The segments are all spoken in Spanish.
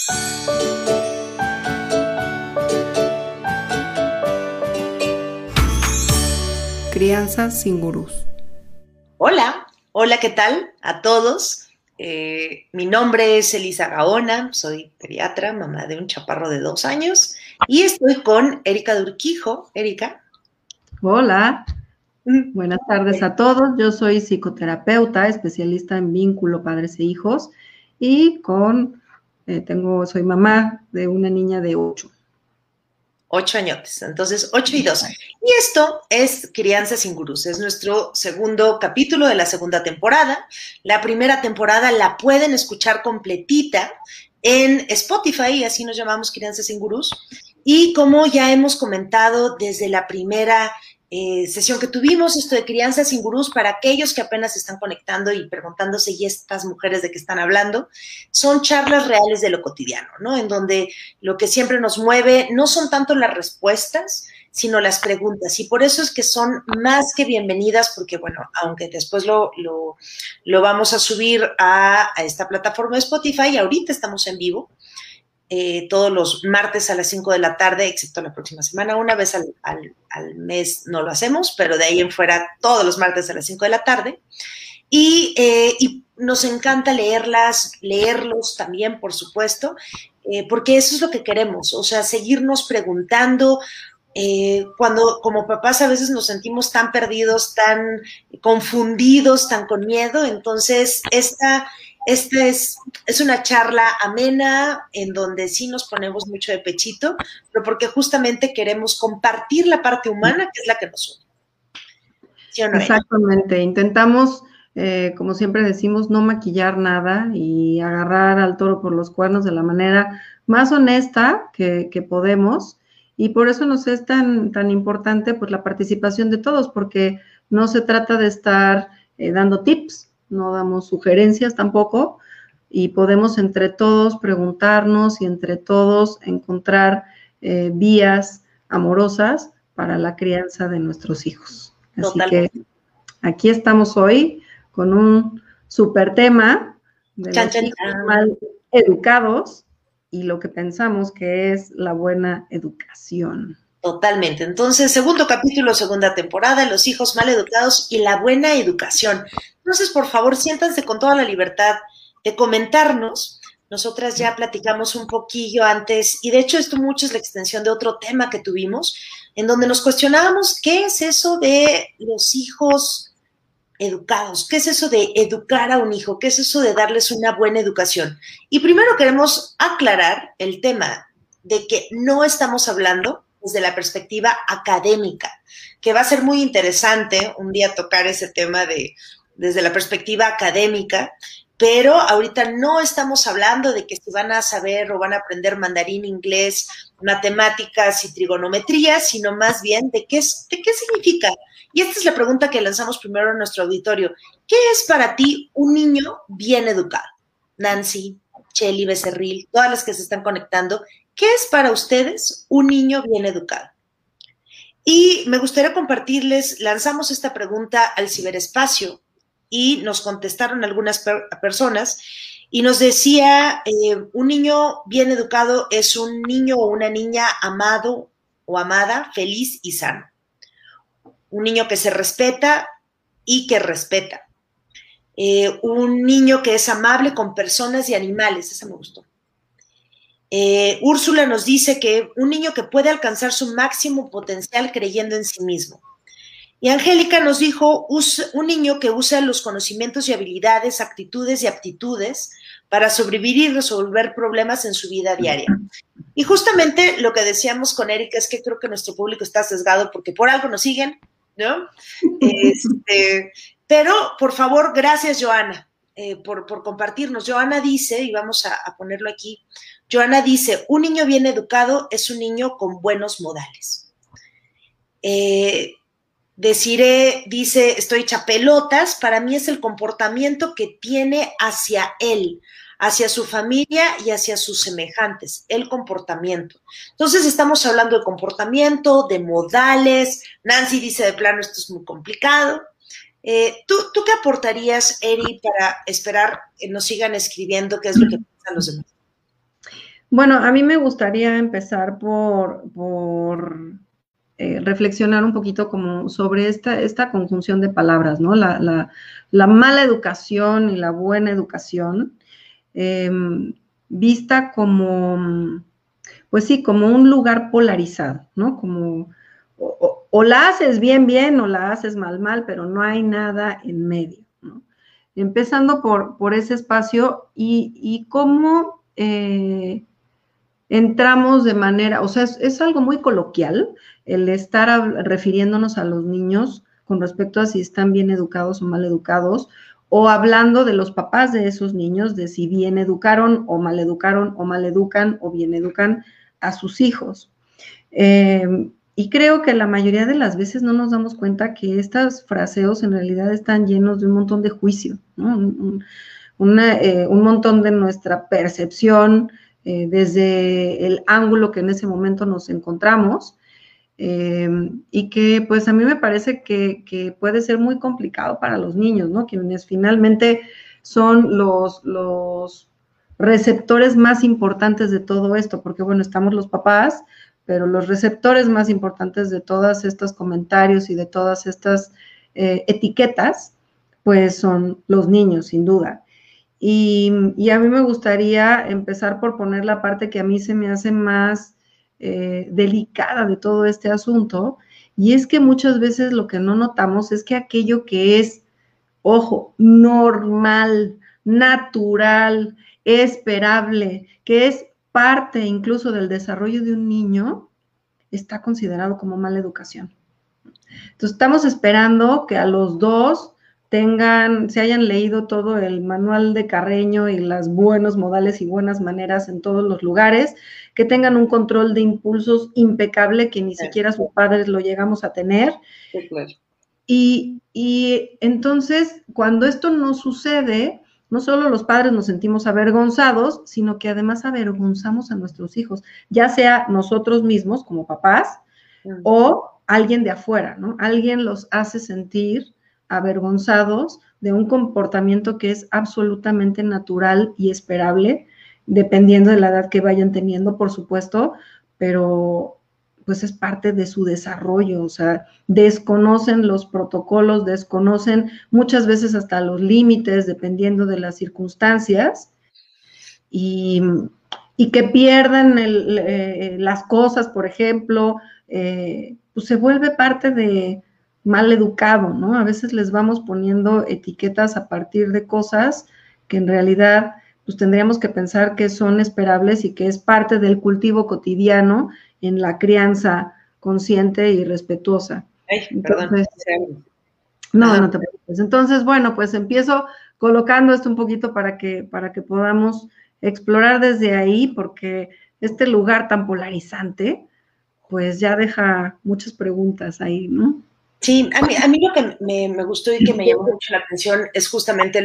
Crianza sin gurús. Hola, hola, ¿qué tal a todos? Mi nombre es Elisa Gaona, soy pediatra, mamá de un chaparro de 2 años y estoy con Erika de Urquijo. Erika. Hola, buenas tardes a todos. Yo soy psicoterapeuta, especialista en vínculo padres e hijos y soy mamá de una niña de 8. 8 añotes, entonces 8 y 2. Y esto es Crianza sin Gurús, es nuestro segundo capítulo de la segunda temporada. La primera temporada la pueden escuchar completita en Spotify, así nos llamamos Crianza sin Gurús. Y como ya hemos comentado desde la primera sesión que tuvimos, esto de Crianza sin Gurús, para aquellos que apenas se están conectando y preguntándose, ¿y estas mujeres de qué están hablando? Son charlas reales de lo cotidiano, ¿no? En donde lo que siempre nos mueve no son tanto las respuestas, sino las preguntas. Y por eso es que son más que bienvenidas, porque, bueno, aunque después lo vamos a subir a esta plataforma de Spotify, ahorita estamos en vivo, todos los martes a las 5 de la tarde, excepto la próxima semana. Una vez al mes no lo hacemos, pero de ahí en fuera todos los martes a las 5 de la tarde. Y nos encanta leerlos también, por supuesto, porque eso es lo que queremos, o sea, seguirnos preguntando. Cuando como papás a veces nos sentimos tan perdidos, tan confundidos, tan con miedo, entonces esta es una charla amena en donde sí nos ponemos mucho de pechito, pero porque justamente queremos compartir la parte humana, que es la que nos une. ¿Sí o no? Exactamente, intentamos, como siempre decimos, no maquillar nada y agarrar al toro por los cuernos de la manera más honesta que podemos. Y por eso nos es tan importante pues la participación de todos, porque no se trata de estar dando tips, no damos sugerencias tampoco, y podemos entre todos preguntarnos y entre todos encontrar vías amorosas para la crianza de nuestros hijos. Así que aquí estamos hoy con un súper tema de los hijos mal educados y lo que pensamos que es la buena educación. Totalmente. Entonces, segundo capítulo, segunda temporada, los hijos mal educados y la buena educación. Entonces, por favor, siéntanse con toda la libertad de comentarnos. Nosotras ya platicamos un poquillo antes, y de hecho esto mucho es la extensión de otro tema que tuvimos, en donde nos cuestionábamos qué es eso de los hijos educados, qué es eso de educar a un hijo, qué es eso de darles una buena educación. Y primero queremos aclarar el tema de que no estamos hablando desde la perspectiva académica, que va a ser muy interesante un día tocar ese tema desde la perspectiva académica, pero ahorita no estamos hablando de que si van a saber o van a aprender mandarín, inglés, matemáticas y trigonometría, sino más bien de qué significa. Y esta es la pregunta que lanzamos primero a nuestro auditorio. ¿Qué es para ti un niño bien educado? Nancy, Chely, Becerril, todas las que se están conectando, ¿qué es para ustedes un niño bien educado? Y me gustaría compartirles, lanzamos esta pregunta al ciberespacio y nos contestaron algunas personas y nos decía, un niño bien educado es un niño o una niña amado o amada, feliz y sano. Un niño que se respeta y que respeta. Un niño que es amable con personas y animales, esa me gustó. Úrsula nos dice que un niño que puede alcanzar su máximo potencial creyendo en sí mismo. Y Angélica nos dijo, un niño que usa los conocimientos y habilidades, actitudes y aptitudes para sobrevivir y resolver problemas en su vida diaria. Y justamente lo que decíamos con Erika es que creo que nuestro público está sesgado porque por algo nos siguen, ¿no? Pero, por favor, gracias, Joana, por compartirnos. Joana dice, y vamos a ponerlo aquí, Joana dice, un niño bien educado es un niño con buenos modales. Desiree dice, estoy hecha pelotas, para mí es el comportamiento que tiene hacia él, hacia su familia y hacia sus semejantes, el comportamiento. Entonces estamos hablando de comportamiento, de modales. Nancy dice, de plano, esto es muy complicado. ¿Tú qué aportarías, Eri, para esperar que nos sigan escribiendo qué es lo que piensan los demás? Bueno, a mí me gustaría empezar por reflexionar un poquito como sobre esta conjunción de palabras, ¿no? La mala educación y la buena educación, eh, vista como, pues sí, como un lugar polarizado, ¿no? Como o la haces bien, bien, o la haces mal, mal, pero no hay nada en medio, ¿no? Empezando por ese espacio y cómo entramos de manera, o sea, es algo muy coloquial el estar refiriéndonos a los niños con respecto a si están bien educados o mal educados, o hablando de los papás de esos niños, de si bien educaron o mal educaron, o mal educan o bien educan a sus hijos. Y creo que la mayoría de las veces no nos damos cuenta que estos fraseos en realidad están llenos de un montón de juicio, ¿no? Un montón de nuestra percepción desde el ángulo que en ese momento nos encontramos, y que pues a mí me parece que puede ser muy complicado para los niños, ¿no? Quienes finalmente son los receptores más importantes de todo esto, porque bueno, estamos los papás, pero los receptores más importantes de todos estos comentarios y de todas estas etiquetas, pues son los niños, sin duda. Y a mí me gustaría empezar por poner la parte que a mí se me hace más delicada de todo este asunto, y es que muchas veces lo que no notamos es que aquello que es, ojo, normal, natural, esperable, que es parte incluso del desarrollo de un niño, está considerado como mala educación. Entonces, estamos esperando que a los 2 se hayan leído todo el manual de Carreño y los buenos modales y buenas maneras en todos los lugares, que tengan un control de impulsos impecable que ni siquiera sus padres lo llegamos a tener. Sí, claro. Y entonces, cuando esto no sucede, no solo los padres nos sentimos avergonzados, sino que además avergonzamos a nuestros hijos, ya sea nosotros mismos como papás o alguien de afuera, ¿no? Alguien los hace sentir avergonzados de un comportamiento que es absolutamente natural y esperable, dependiendo de la edad que vayan teniendo, por supuesto, pero pues es parte de su desarrollo, o sea, desconocen los protocolos, desconocen muchas veces hasta los límites, dependiendo de las circunstancias, y, y que pierden las cosas, por ejemplo, pues se vuelve parte de mal educado, ¿no? A veces les vamos poniendo etiquetas a partir de cosas que en realidad pues tendríamos que pensar que son esperables y que es parte del cultivo cotidiano en la crianza consciente y respetuosa. Ay, Entonces, perdón. no te preocupes. Entonces, bueno, pues empiezo colocando esto un poquito para que podamos explorar desde ahí, porque este lugar tan polarizante, pues ya deja muchas preguntas ahí, ¿no? Sí, a mí lo que me gustó y que me llamó mucho la atención es justamente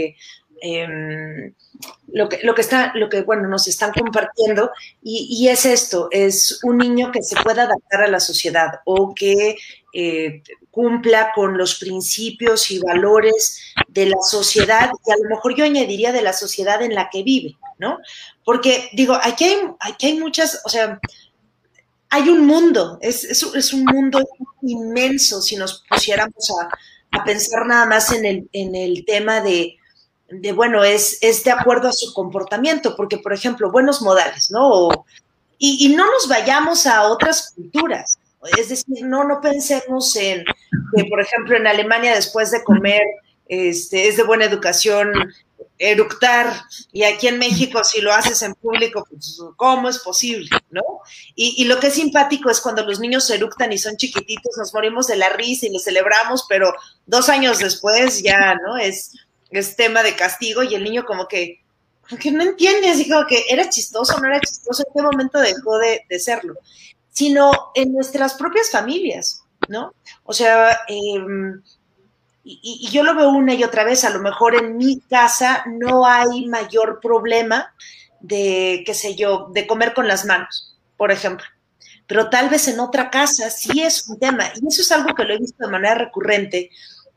lo que bueno, nos están compartiendo, y es esto, es un niño que se pueda adaptar a la sociedad o que cumpla con los principios y valores de la sociedad, y a lo mejor yo añadiría de la sociedad en la que vive, ¿no? Porque digo, aquí hay muchas, o sea, hay un mundo, es un mundo inmenso si nos pusiéramos a pensar nada más en el tema bueno, es de acuerdo a su comportamiento, porque, por ejemplo, buenos modales, ¿no? Y no nos vayamos a otras culturas, es decir, no pensemos en que, por ejemplo, en Alemania después de comer es de buena educación eructar, y aquí en México si lo haces en público, pues ¿cómo es posible? ¿No? Y lo que es simpático es cuando los niños eructan y son chiquititos, nos morimos de la risa y les celebramos, pero 2 años después ya, ¿no? Es tema de castigo, y el niño como que no entiende, así como que era chistoso, no era chistoso, en qué momento dejó de serlo, sino en nuestras propias familias, ¿no? O sea, y yo lo veo una y otra vez, a lo mejor en mi casa no hay mayor problema de, qué sé yo, de comer con las manos, por ejemplo. Pero tal vez en otra casa sí es un tema. Y eso es algo que lo he visto de manera recurrente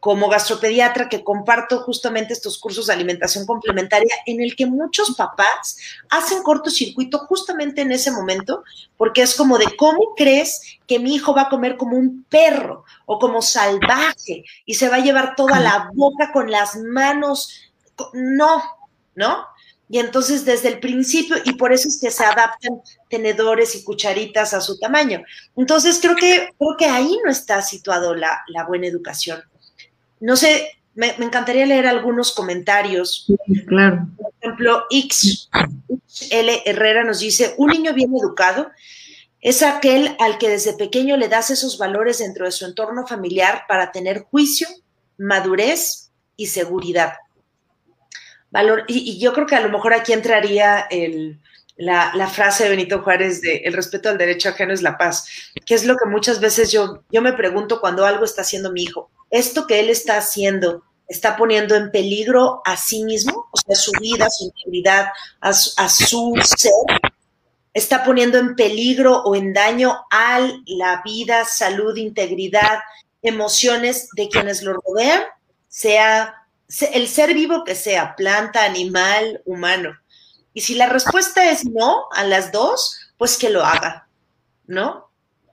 como gastropediatra que comparto justamente estos cursos de alimentación complementaria en el que muchos papás hacen cortocircuito justamente en ese momento, porque es como de ¿cómo crees que mi hijo va a comer como un perro o como salvaje y se va a llevar toda la boca con las manos? No, ¿no? Y entonces desde el principio, y por eso es que se adaptan tenedores y cucharitas a su tamaño. Entonces creo que ahí no está situado la buena educación. No sé, me encantaría leer algunos comentarios. Sí, claro. Por ejemplo, XL Herrera nos dice, un niño bien educado es aquel al que desde pequeño le das esos valores dentro de su entorno familiar para tener juicio, madurez y seguridad. Y yo creo que a lo mejor aquí entraría la frase de Benito Juárez de el respeto al derecho ajeno es la paz, que es lo que muchas veces yo me pregunto cuando algo está haciendo mi hijo. ¿Esto que él está haciendo está poniendo en peligro a sí mismo? O sea, su vida, su integridad, a su ser. ¿Está poniendo en peligro o en daño a la vida, salud, integridad, emociones de quienes lo rodean? Sea el ser vivo que sea, planta, animal, humano. Y si la respuesta es no a las dos, pues que lo haga, ¿no?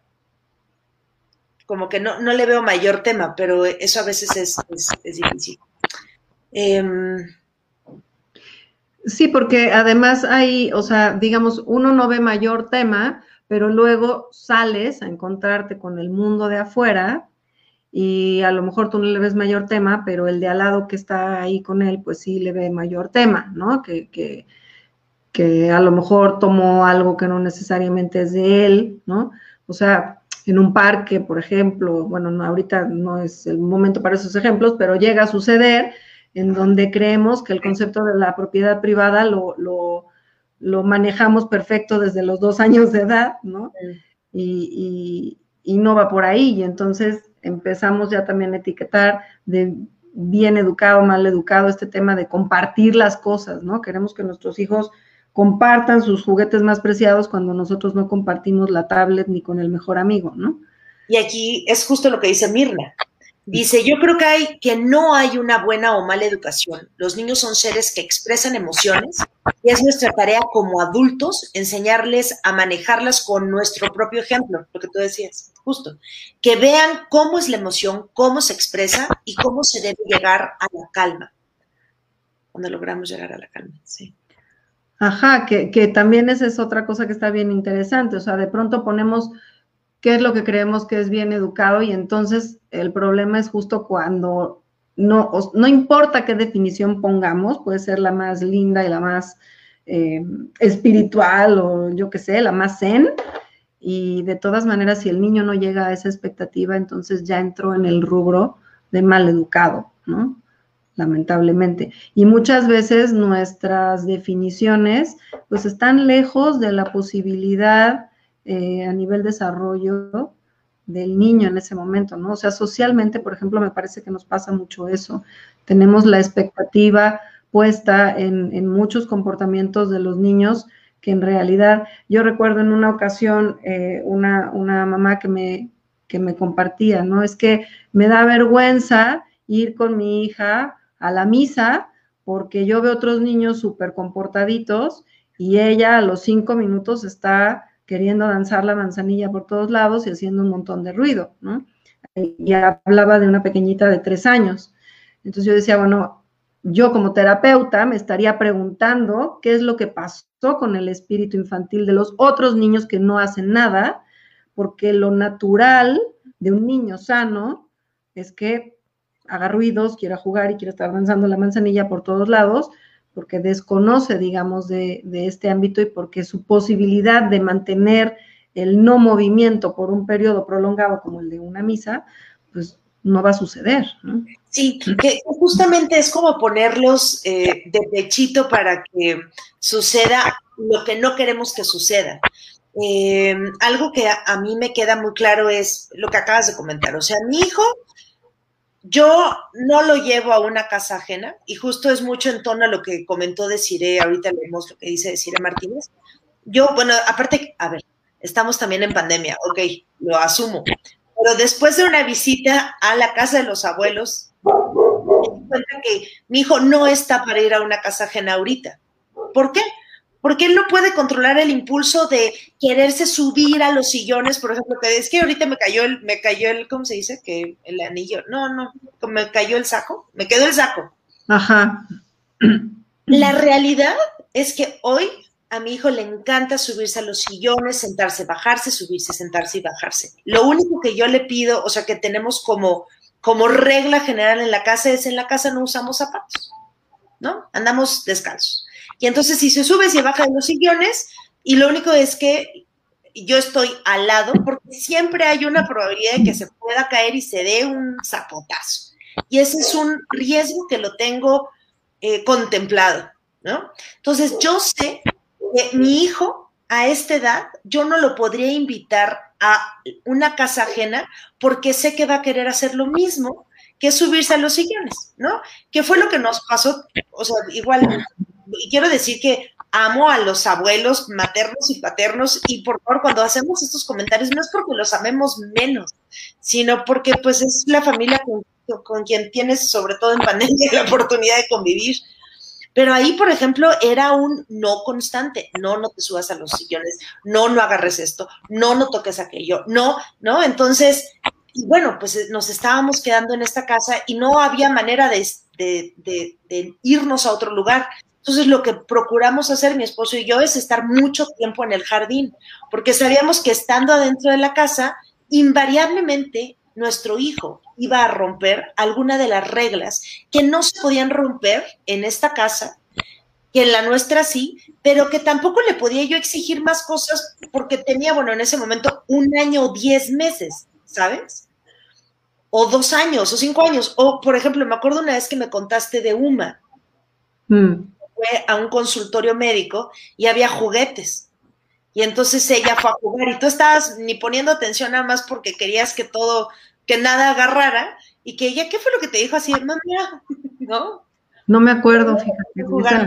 Como que no le veo mayor tema, pero eso a veces es difícil. Sí, porque además hay, o sea, digamos, uno no ve mayor tema, pero luego sales a encontrarte con el mundo de afuera y a lo mejor tú no le ves mayor tema, pero el de al lado que está ahí con él, pues sí le ve mayor tema, ¿no? Que a lo mejor tomó algo que no necesariamente es de él, ¿no? O sea, en un parque, por ejemplo, bueno, no, ahorita no es el momento para esos ejemplos, pero llega a suceder en donde creemos que el concepto de la propiedad privada lo manejamos perfecto desde los 2 años de edad, ¿no? Y no va por ahí, y entonces empezamos ya también a etiquetar de bien educado, mal educado, este tema de compartir las cosas, ¿no? Queremos que nuestros hijos compartan sus juguetes más preciados cuando nosotros no compartimos la tablet ni con el mejor amigo, ¿no? Y aquí es justo lo que dice Mirna. Dice, yo creo que no hay una buena o mala educación. Los niños son seres que expresan emociones y es nuestra tarea como adultos enseñarles a manejarlas con nuestro propio ejemplo, lo que tú decías, justo. Que vean cómo es la emoción, cómo se expresa y cómo se debe llegar a la calma. Cuando logramos llegar a la calma, sí. Ajá, que también esa es otra cosa que está bien interesante. O sea, de pronto ponemos qué es lo que creemos que es bien educado y entonces el problema es justo cuando no importa qué definición pongamos, puede ser la más linda y la más espiritual o yo qué sé, la más zen, y de todas maneras si el niño no llega a esa expectativa, entonces ya entró en el rubro de mal educado, ¿no? Lamentablemente. Y muchas veces nuestras definiciones pues están lejos de la posibilidad a nivel desarrollo del niño en ese momento, ¿no? O sea, socialmente, por ejemplo, me parece que nos pasa mucho eso. Tenemos la expectativa puesta en muchos comportamientos de los niños que en realidad, yo recuerdo en una ocasión una mamá que me compartía, ¿no? Es que me da vergüenza ir con mi hija a la misa porque yo veo otros niños súper comportaditos y ella a los 5 minutos está queriendo danzar la manzanilla por todos lados y haciendo un montón de ruido, ¿no? Y hablaba de una pequeñita de 3 años. Entonces yo decía, bueno, yo como terapeuta me estaría preguntando qué es lo que pasó con el espíritu infantil de los otros niños que no hacen nada, porque lo natural de un niño sano es que haga ruidos, quiera jugar y quiera estar danzando la manzanilla por todos lados, porque desconoce, digamos, de este ámbito y porque su posibilidad de mantener el no movimiento por un periodo prolongado como el de una misa, pues no va a suceder, ¿no? Sí, que justamente es como ponerlos de pechito para que suceda lo que no queremos que suceda. Algo que a mí me queda muy claro es lo que acabas de comentar. O sea, mi hijo, yo no lo llevo a una casa ajena y justo es mucho en torno a lo que comentó Desiree, ahorita leemos lo que dice Desiree Martínez. Yo, bueno, aparte, a ver, estamos también en pandemia, ok, lo asumo. Pero después de una visita a la casa de los abuelos Me di cuenta que mi hijo no está para ir a una casa ajena ahorita. ¿Por qué? Porque él no puede controlar el impulso de quererse subir a los sillones, por ejemplo, que es que ahorita me cayó el, ¿cómo se dice? Que el anillo, no, me cayó el saco, me quedó el saco. Ajá. La realidad es que hoy a mi hijo le encanta subirse a los sillones, sentarse, bajarse, subirse, sentarse y bajarse. Lo único que yo le pido, o sea, que tenemos como regla general en la casa es en la casa no usamos zapatos, ¿no? Andamos descalzos. Y entonces si se sube, se baja de los sillones y lo único es que yo estoy al lado porque siempre hay una probabilidad de que se pueda caer y se dé un zapotazo. Y ese es un riesgo que lo tengo contemplado, ¿no? Entonces yo sé que mi hijo a esta edad yo no lo podría invitar a una casa ajena porque sé que va a querer hacer lo mismo que subirse a los sillones, ¿no? Que fue lo que nos pasó, o sea, igual, y quiero decir que amo a los abuelos maternos y paternos y por favor cuando hacemos estos comentarios no es porque los amemos menos, sino porque pues es la familia con quien tienes, sobre todo en pandemia, la oportunidad de convivir. Pero ahí, por ejemplo, era un no constante. No te subas a los sillones. No agarres esto. No toques aquello. No. Entonces, y bueno, pues nos estábamos quedando en esta casa y no había manera de irnos a otro lugar. Entonces, lo que procuramos hacer mi esposo y yo es estar mucho tiempo en el jardín, porque sabíamos que estando adentro de la casa, invariablemente nuestro hijo iba a romper alguna de las reglas que no se podían romper en esta casa, que en la nuestra sí, pero que tampoco le podía yo exigir más cosas porque tenía, bueno, en ese momento 1 año o 10 meses, ¿sabes? O 2 años o 5 años. O, por ejemplo, me acuerdo una vez que me contaste de Uma. Fue a un consultorio médico y había juguetes. Y entonces ella fue a jugar y tú estabas ni poniendo atención nada más porque querías que nada agarrara y que ella, ¿qué fue lo que te dijo así? Mamá, ¿no? No me acuerdo, fíjate.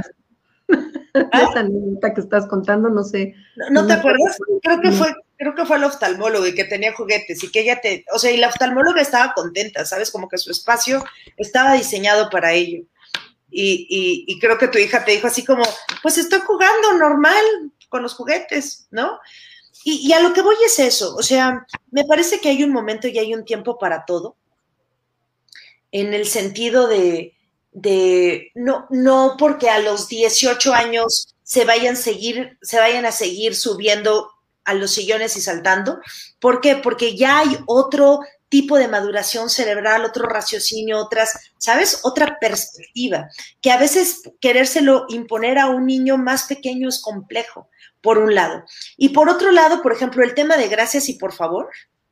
Esa anécdota que estás contando, no sé. ¿No te acuerdas? Creo que fue el oftalmólogo y que tenía juguetes y que ella o sea, y la oftalmóloga estaba contenta, ¿sabes? Como que su espacio estaba diseñado para ello. Y creo que tu hija te dijo así como, pues estoy jugando normal con los juguetes, ¿no? Y a lo que voy es eso, o sea, me parece que hay un momento y hay un tiempo para todo, en el sentido de no porque a los 18 años se vayan a seguir subiendo a los sillones y saltando. ¿Por qué? Porque ya hay otro tipo de maduración cerebral, otro raciocinio, ¿sabes? Otra perspectiva, que a veces querérselo imponer a un niño más pequeño es complejo, por un lado. Y por otro lado, por ejemplo, el tema de gracias y por favor,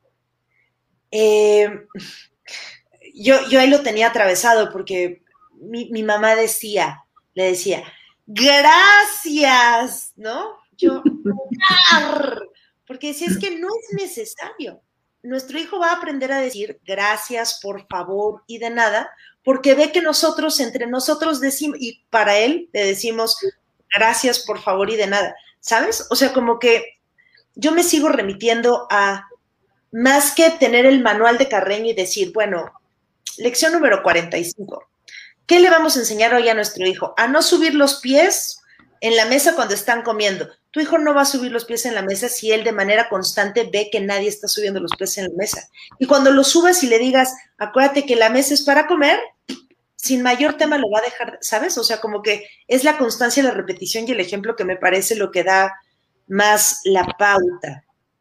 yo ahí lo tenía atravesado porque mi mamá le decía, gracias, ¿no? Yo, porque decía, es que no es necesario. Nuestro hijo va a aprender a decir gracias, por favor y de nada, porque ve que nosotros, entre nosotros decimos, y para él le decimos gracias, por favor y de nada, ¿sabes? O sea, como que yo me sigo remitiendo a, más que tener el manual de Carreño y decir, bueno, lección número 45, ¿qué le vamos a enseñar hoy a nuestro hijo? A no subir los pies en la mesa cuando están comiendo. Tu hijo no va a subir los pies en la mesa si él de manera constante ve que nadie está subiendo los pies en la mesa. Y cuando lo subas y le digas, acuérdate que la mesa es para comer, sin mayor tema lo va a dejar, ¿sabes? O sea, como que es la constancia, la repetición y el ejemplo que me parece lo que da más la pauta.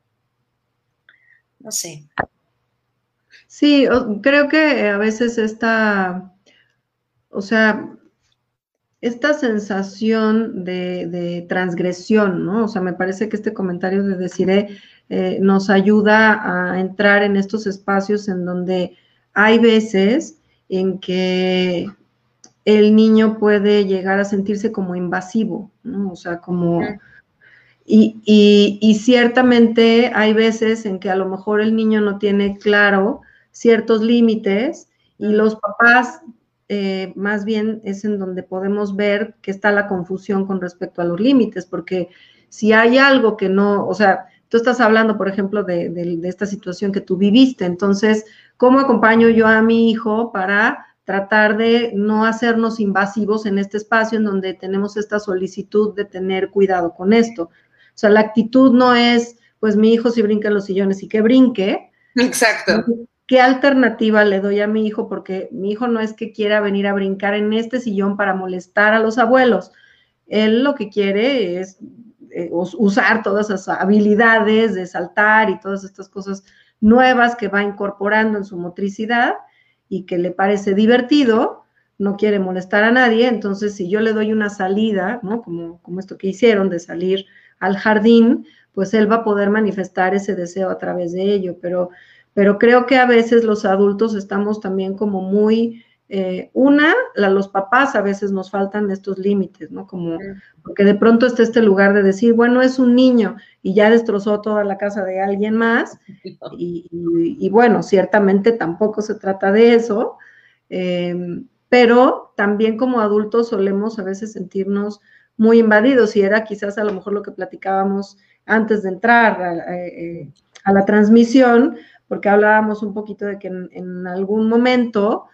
No sé. Sí, creo que a veces esta sensación de transgresión, ¿no? O sea, me parece que este comentario de Desiree nos ayuda a entrar en estos espacios en donde hay veces en que el niño puede llegar a sentirse como invasivo, ¿no? O sea, como... Y ciertamente hay veces en que a lo mejor el niño no tiene claro ciertos límites y los papás más bien es en donde podemos ver que está la confusión con respecto a los límites, porque si hay algo que no, o sea, tú estás hablando, por ejemplo, de esta situación que tú viviste, entonces, ¿cómo acompaño yo a mi hijo para tratar de no hacernos invasivos en este espacio en donde tenemos esta solicitud de tener cuidado con esto. O sea, la actitud no es, pues mi hijo si brinca en los sillones y que brinque. Exacto. ¿Qué alternativa le doy a mi hijo? Porque mi hijo no es que quiera venir a brincar en este sillón para molestar a los abuelos. Él lo que quiere es usar todas esas habilidades de saltar y todas estas cosas nuevas que va incorporando en su motricidad y que le parece divertido, no quiere molestar a nadie. Entonces, si yo le doy una salida, ¿no? Como esto que hicieron de salir al jardín, pues él va a poder manifestar ese deseo a través de ello, pero creo que a veces los adultos estamos también como muy, los papás a veces nos faltan estos límites, ¿no? Como, porque de pronto está este lugar de decir, bueno, es un niño y ya destrozó toda la casa de alguien más, y bueno, ciertamente tampoco se trata de eso, pero también como adultos solemos a veces sentirnos muy invadidos, y era quizás a lo mejor lo que platicábamos antes de entrar a la transmisión, porque hablábamos un poquito de que en algún momento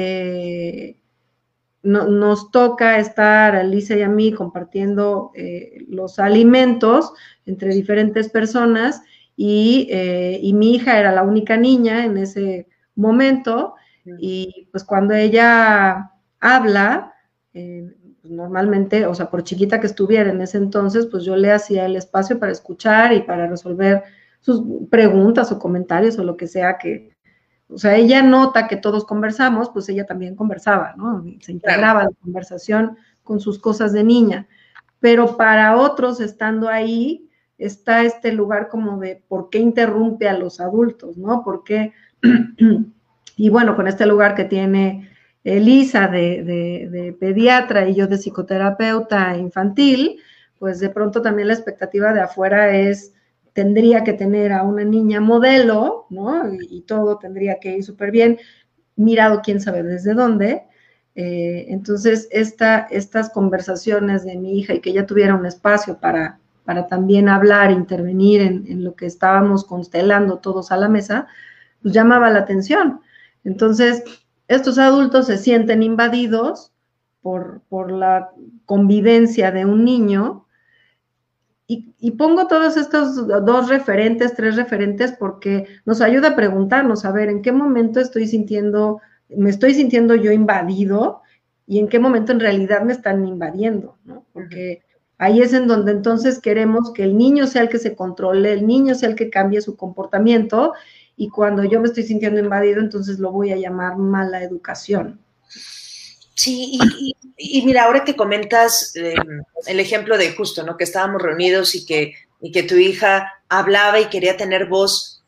nos toca estar a Lisa y a mí compartiendo los alimentos entre diferentes personas, y mi hija era la única niña en ese momento, y pues cuando ella habla, normalmente, o sea, por chiquita que estuviera en ese entonces, pues yo le hacía el espacio para escuchar y para resolver sus preguntas o comentarios o lo que sea que, o sea, ella nota que todos conversamos, pues ella también conversaba, ¿no? Se integraba la conversación con sus cosas de niña. Pero para otros, estando ahí, está este lugar como de por qué interrumpe a los adultos, ¿no? ¿Por qué? Y bueno, con este lugar que tiene Elisa de pediatra y yo de psicoterapeuta infantil, pues de pronto también la expectativa de afuera es, tendría que tener a una niña modelo, ¿no? Y todo tendría que ir súper bien, mirado quién sabe desde dónde. Entonces, estas conversaciones de mi hija y que ella tuviera un espacio para también hablar, intervenir en lo que estábamos constelando todos a la mesa, pues llamaba la atención. Entonces, estos adultos se sienten invadidos por la convivencia de un niño. Y pongo todos estos dos referentes, tres referentes, porque nos ayuda a preguntarnos, a ver, ¿en qué momento me estoy sintiendo yo invadido y en qué momento en realidad me están invadiendo, ¿no? Porque ahí es en donde entonces queremos que el niño sea el que se controle, el niño sea el que cambie su comportamiento, y cuando yo me estoy sintiendo invadido, entonces lo voy a llamar mala educación. Sí, y mira, ahora que comentas el ejemplo de justo, ¿no? Que estábamos reunidos y que tu hija hablaba y quería tener voz,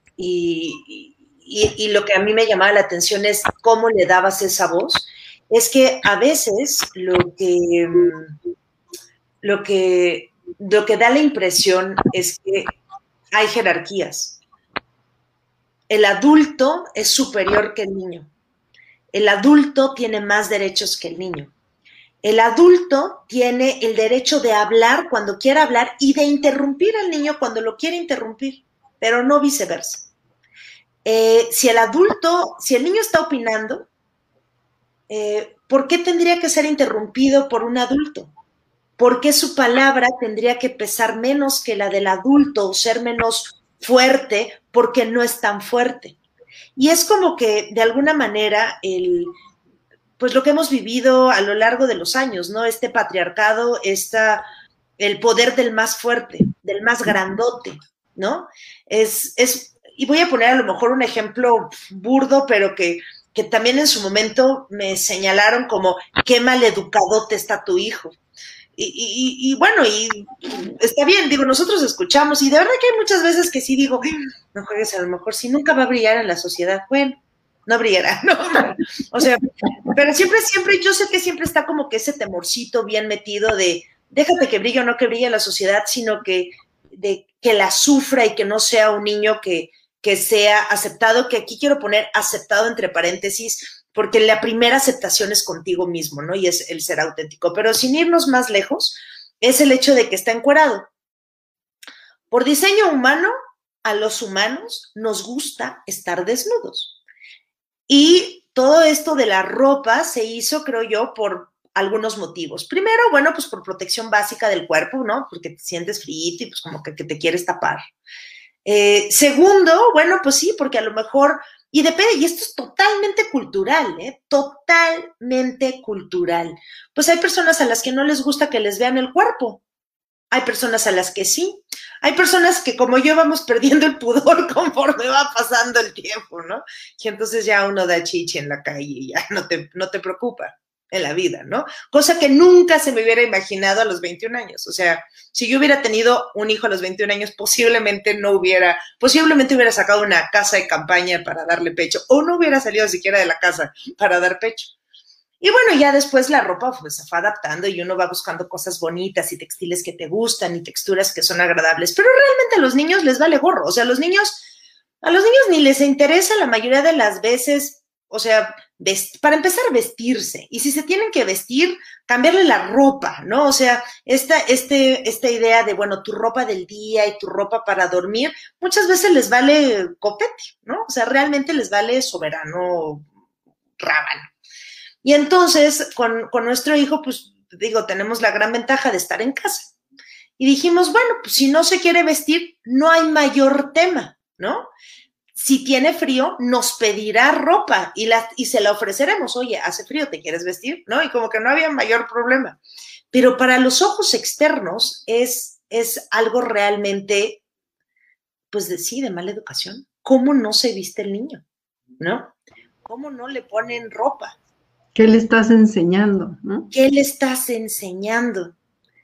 y lo que a mí me llamaba la atención es cómo le dabas esa voz. Es que a veces lo que da la impresión es que hay jerarquías. El adulto es superior que el niño. El adulto tiene más derechos que el niño. El adulto tiene el derecho de hablar cuando quiera hablar y de interrumpir al niño cuando lo quiere interrumpir, pero no viceversa. Si el niño está opinando, ¿por qué tendría que ser interrumpido por un adulto? ¿Por qué su palabra tendría que pesar menos que la del adulto o ser menos fuerte porque no es tan fuerte? Y es como que de alguna manera pues lo que hemos vivido a lo largo de los años, ¿no? Este patriarcado, el poder del más fuerte, del más grandote, ¿no? Y voy a poner a lo mejor un ejemplo burdo, pero que también en su momento me señalaron como qué maleducadote está tu hijo. Y bueno, y está bien, digo, nosotros escuchamos, y de verdad que hay muchas veces que sí digo, no juegues, a lo mejor si nunca va a brillar en la sociedad, bueno, no brillará, ¿no? O sea, pero siempre, yo sé que siempre está como que ese temorcito bien metido de déjate que brille o no que brille la sociedad, sino que la sufra y que no sea un niño que sea aceptado, que aquí quiero poner aceptado entre paréntesis, porque la primera aceptación es contigo mismo, ¿no? Y es el ser auténtico. Pero sin irnos más lejos, es el hecho de que está encuerado. Por diseño humano, a los humanos nos gusta estar desnudos. Y todo esto de la ropa se hizo, creo yo, por algunos motivos. Primero, bueno, pues por protección básica del cuerpo, ¿no? Porque te sientes frío y pues como que te quieres tapar. Segundo, bueno, pues sí, porque a lo mejor, y depende, y esto es totalmente cultural, totalmente cultural. Pues hay personas a las que no les gusta que les vean el cuerpo, hay personas a las que sí, hay personas que como yo vamos perdiendo el pudor conforme va pasando el tiempo, ¿no? Y entonces ya uno da chichi en la calle y ya no te preocupa en la vida, ¿no? Cosa que nunca se me hubiera imaginado a los 21 años. O sea, si yo hubiera tenido un hijo a los 21 años, posiblemente hubiera sacado una casa de campaña para darle pecho, o no hubiera salido siquiera de la casa para dar pecho. Y bueno, ya después la ropa pues se fue adaptando y uno va buscando cosas bonitas y textiles que te gustan y texturas que son agradables, pero realmente a los niños les vale gorro. O sea, a los niños ni les interesa la mayoría de las veces, o sea, para empezar, vestirse. Y si se tienen que vestir, cambiarle la ropa, ¿no? O sea, esta idea de, bueno, tu ropa del día y tu ropa para dormir, muchas veces les vale copete, ¿no? O sea, realmente les vale soberano rábano. Y entonces, con nuestro hijo, pues, digo, tenemos la gran ventaja de estar en casa. Y dijimos, bueno, pues si no se quiere vestir, no hay mayor tema, ¿no? Si tiene frío, nos pedirá ropa y se la ofreceremos. Oye, hace frío, ¿te quieres vestir? ¿No? Y como que no había mayor problema. Pero para los ojos externos es algo realmente, pues sí, de mala educación. ¿Cómo no se viste el niño? ¿No? ¿Cómo no le ponen ropa? ¿Qué le estás enseñando? ¿No? ¿Qué le estás enseñando?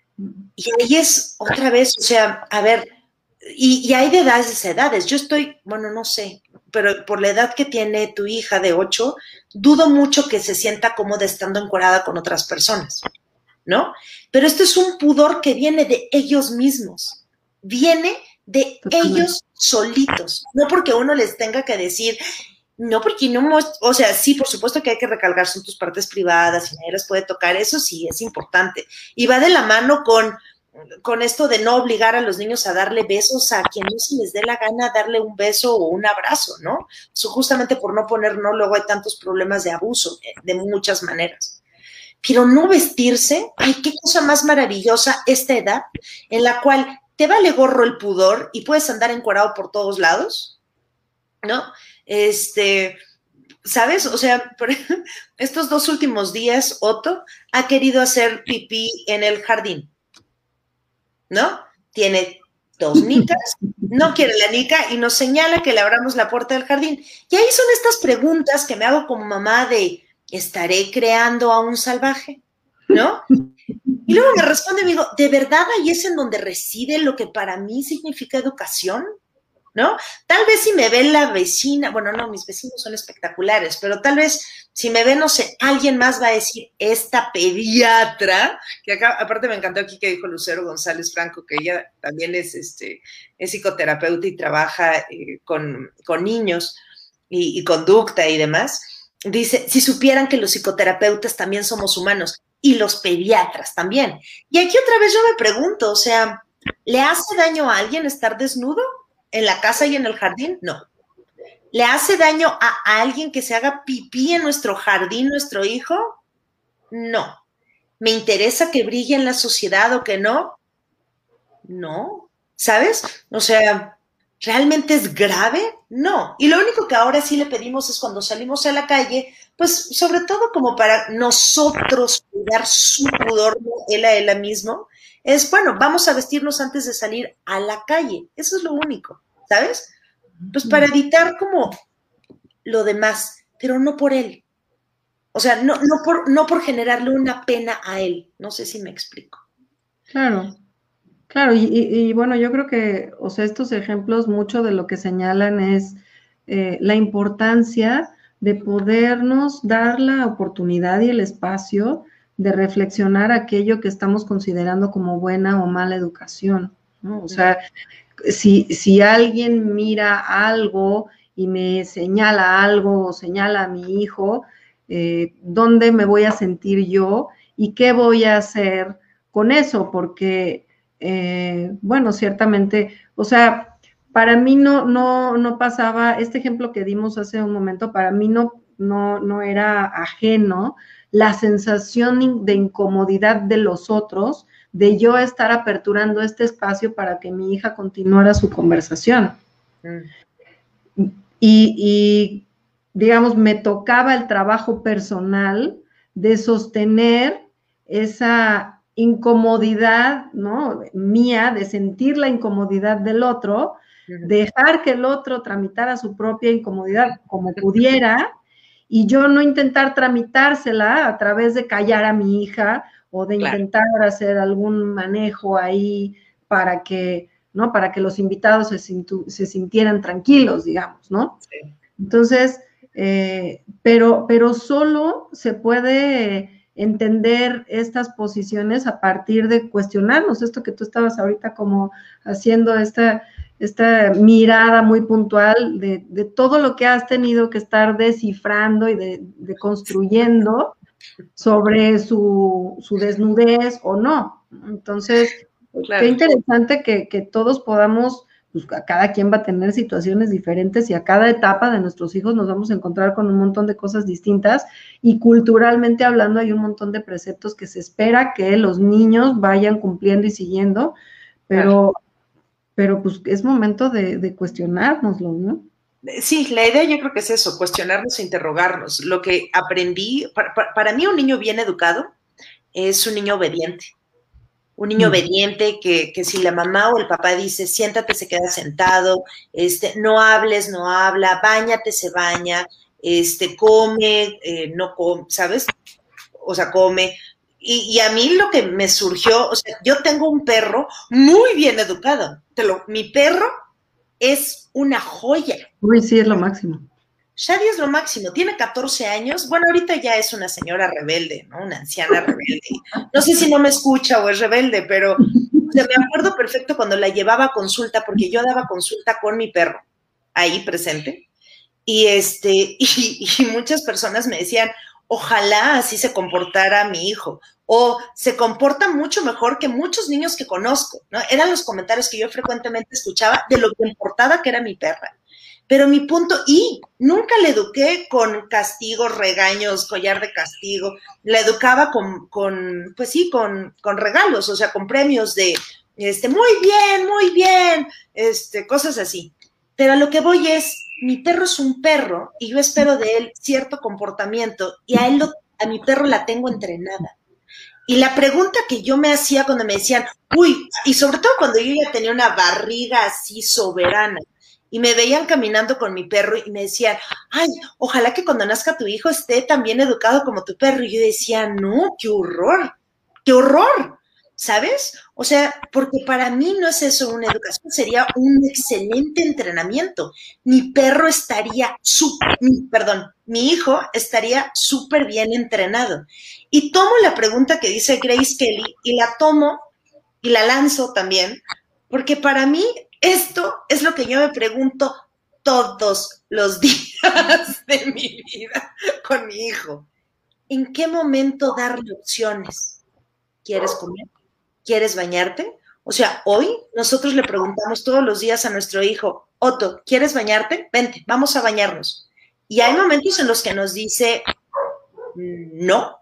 Y ahí es otra vez, o sea, a ver, y hay de edades. Yo estoy, bueno, no sé, pero por la edad que tiene tu hija de 8, dudo mucho que se sienta cómoda estando encuerada con otras personas, ¿no? Pero esto es un pudor que viene de ellos mismos, viene de ellos solitos, no porque uno les tenga que decir, no, porque no, o sea, sí, por supuesto que hay que recalcar, son tus partes privadas y nadie las puede tocar, eso sí es importante. Y va de la mano con esto de no obligar a los niños a darle besos a quien no se les dé la gana darle un beso o un abrazo, ¿no? Eso justamente por no poner, no, luego hay tantos problemas de abuso, de muchas maneras. Pero no vestirse, ay, qué cosa más maravillosa esta edad en la cual te vale gorro el pudor y puedes andar encuerado por todos lados, ¿no? ¿Sabes? O sea, por estos 2 últimos días, Otto ha querido hacer pipí en el jardín, ¿no? Tiene 2 nicas, no quiere la nica y nos señala que le abramos la puerta del jardín. Y ahí son estas preguntas que me hago como mamá de, ¿estaré creando a un salvaje? ¿No? Y luego me responde y me digo, ¿de verdad ahí es en donde reside lo que para mí significa educación? ¿No? Tal vez si me ve la vecina, bueno, no, mis vecinos son espectaculares, pero tal vez si me ve, no sé, alguien más va a decir, esta pediatra, que acá, aparte me encantó aquí que dijo Lucero González Franco, que ella también es psicoterapeuta y trabaja con niños y conducta y demás, dice, si supieran que los psicoterapeutas también somos humanos y los pediatras también. Y aquí otra vez yo me pregunto, o sea, ¿le hace daño a alguien estar desnudo en la casa y en el jardín? No. ¿Le hace daño a alguien que se haga pipí en nuestro jardín, nuestro hijo? No. ¿Me interesa que brille en la sociedad o que no? No. ¿Sabes? O sea, ¿realmente es grave? No. Y lo único que ahora sí le pedimos es cuando salimos a la calle, pues sobre todo como para nosotros cuidar su pudor, él a él mismo, es, bueno, vamos a vestirnos antes de salir a la calle. Eso es lo único, ¿sabes? Pues para evitar como lo demás, pero no por él. O sea, no por generarle una pena a él. No sé si me explico. Claro, claro, y bueno, yo creo que, o sea, estos ejemplos, mucho de lo que señalan es la importancia de podernos dar la oportunidad y el espacio de reflexionar aquello que estamos considerando como buena o mala educación, ¿no? O sea, si alguien mira algo y me señala algo o señala a mi hijo, ¿dónde me voy a sentir yo y qué voy a hacer con eso? Porque, bueno, ciertamente, o sea, para mí no pasaba, este ejemplo que dimos hace un momento, para mí no no era ajeno la sensación de incomodidad de los otros, de yo estar aperturando este espacio para que mi hija continuara su conversación. Y, digamos, me tocaba el trabajo personal de sostener esa incomodidad, ¿no? Mía, de sentir la incomodidad del otro, dejar que el otro tramitara su propia incomodidad como pudiera, y yo no intentar tramitársela a través de callar a mi hija o de intentar hacer algún manejo ahí para que, ¿no? Para que los invitados se sintieran tranquilos, digamos, ¿no? Sí. Entonces, pero solo se puede entender estas posiciones a partir de cuestionarnos, esto que tú estabas ahorita como haciendo esta mirada muy puntual de todo lo que has tenido que estar descifrando y de construyendo sobre su desnudez o no. Entonces, qué interesante que todos podamos, pues cada quien va a tener situaciones diferentes y a cada etapa de nuestros hijos nos vamos a encontrar con un montón de cosas distintas, y culturalmente hablando hay un montón de preceptos que se espera que los niños vayan cumpliendo y siguiendo, pero pues es momento de cuestionárnoslo, ¿no? Sí, la idea yo creo que es eso, cuestionarnos e interrogarnos. Lo que aprendí, para mí un niño bien educado es un niño obediente. Un niño obediente que si la mamá o el papá dice, siéntate, se queda sentado, no hables, no habla, báñate, se baña, come, no come, ¿sabes? O sea, come. Y a mí lo que me surgió, o sea, yo tengo un perro muy bien educado. Mi perro es una joya. Uy, sí, es lo máximo. Shadi es lo máximo, tiene 14 años, bueno, ahorita ya es una señora rebelde, ¿no? Una anciana rebelde. No sé si no me escucha o es rebelde, pero o sea, me acuerdo perfecto cuando la llevaba a consulta, porque yo daba consulta con mi perro, ahí presente, y muchas personas me decían, ojalá así se comportara mi hijo, o se comporta mucho mejor que muchos niños que conozco, ¿no? Eran los comentarios que yo frecuentemente escuchaba de lo que importaba que era mi perra. Pero mi punto, y nunca le eduqué con castigos, regaños, collar de castigo, la educaba con regalos, o sea, con premios de, muy bien, cosas así. Pero a lo que voy es, mi perro es un perro y yo espero de él cierto comportamiento y a mi perro la tengo entrenada. Y la pregunta que yo me hacía cuando me decían, uy, y sobre todo cuando yo ya tenía una barriga así soberana, y me veían caminando con mi perro y me decían, ay, ojalá que cuando nazca tu hijo esté tan bien educado como tu perro. Y yo decía, no, qué horror, ¿sabes? O sea, porque para mí no es eso una educación, sería un excelente entrenamiento. Mi perro estaría mi hijo estaría súper bien entrenado. Y tomo la pregunta que dice Grace Kelly y la tomo y la lanzo también, porque para mí esto es lo que yo me pregunto todos los días de mi vida con mi hijo. ¿En qué momento darle opciones? ¿Quieres comer? ¿Quieres bañarte? O sea, hoy nosotros le preguntamos todos los días a nuestro hijo, Otto, ¿quieres bañarte? Vente, vamos a bañarnos. Y hay momentos en los que nos dice, no.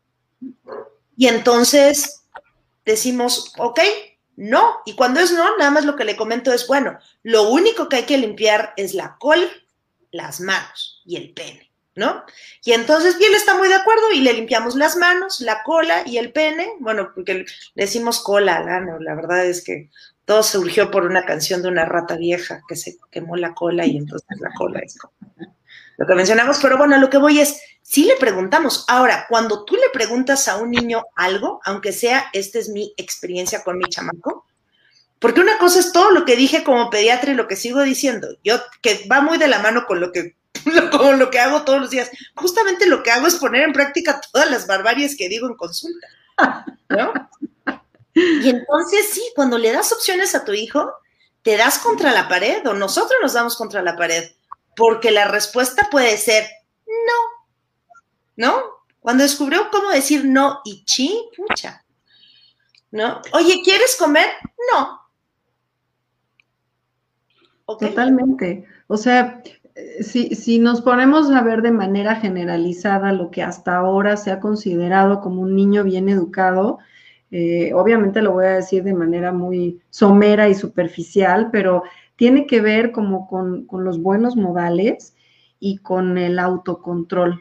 Y entonces decimos, ok, no, y cuando es no, nada más lo que le comento es, bueno, lo único que hay que limpiar es la cola, las manos y el pene, ¿no? Y entonces, y él está muy de acuerdo y le limpiamos las manos, la cola y el pene, bueno, porque le decimos cola, ¿no? La verdad es que todo surgió por una canción de una rata vieja que se quemó la cola y entonces la cola es como lo que mencionamos, pero bueno, lo que voy es, sí le preguntamos. Ahora, cuando tú le preguntas a un niño algo, aunque sea, esta es mi experiencia con mi chamaco, porque una cosa es todo lo que dije como pediatra y lo que sigo diciendo, yo que va muy de la mano con lo que hago todos los días. Justamente lo que hago es poner en práctica todas las barbaries que digo en consulta, ¿no? Y entonces sí, cuando le das opciones a tu hijo, te das contra la pared o nosotros nos damos contra la pared. Porque la respuesta puede ser no, Cuando descubrió cómo decir no y pucha, ¿no? Oye, ¿quieres comer? No. Okay. Totalmente. O sea, si nos ponemos a ver de manera generalizada lo que hasta ahora se ha considerado como un niño bien educado, obviamente lo voy a decir de manera muy somera y superficial, pero tiene que ver como con los buenos modales y con el autocontrol.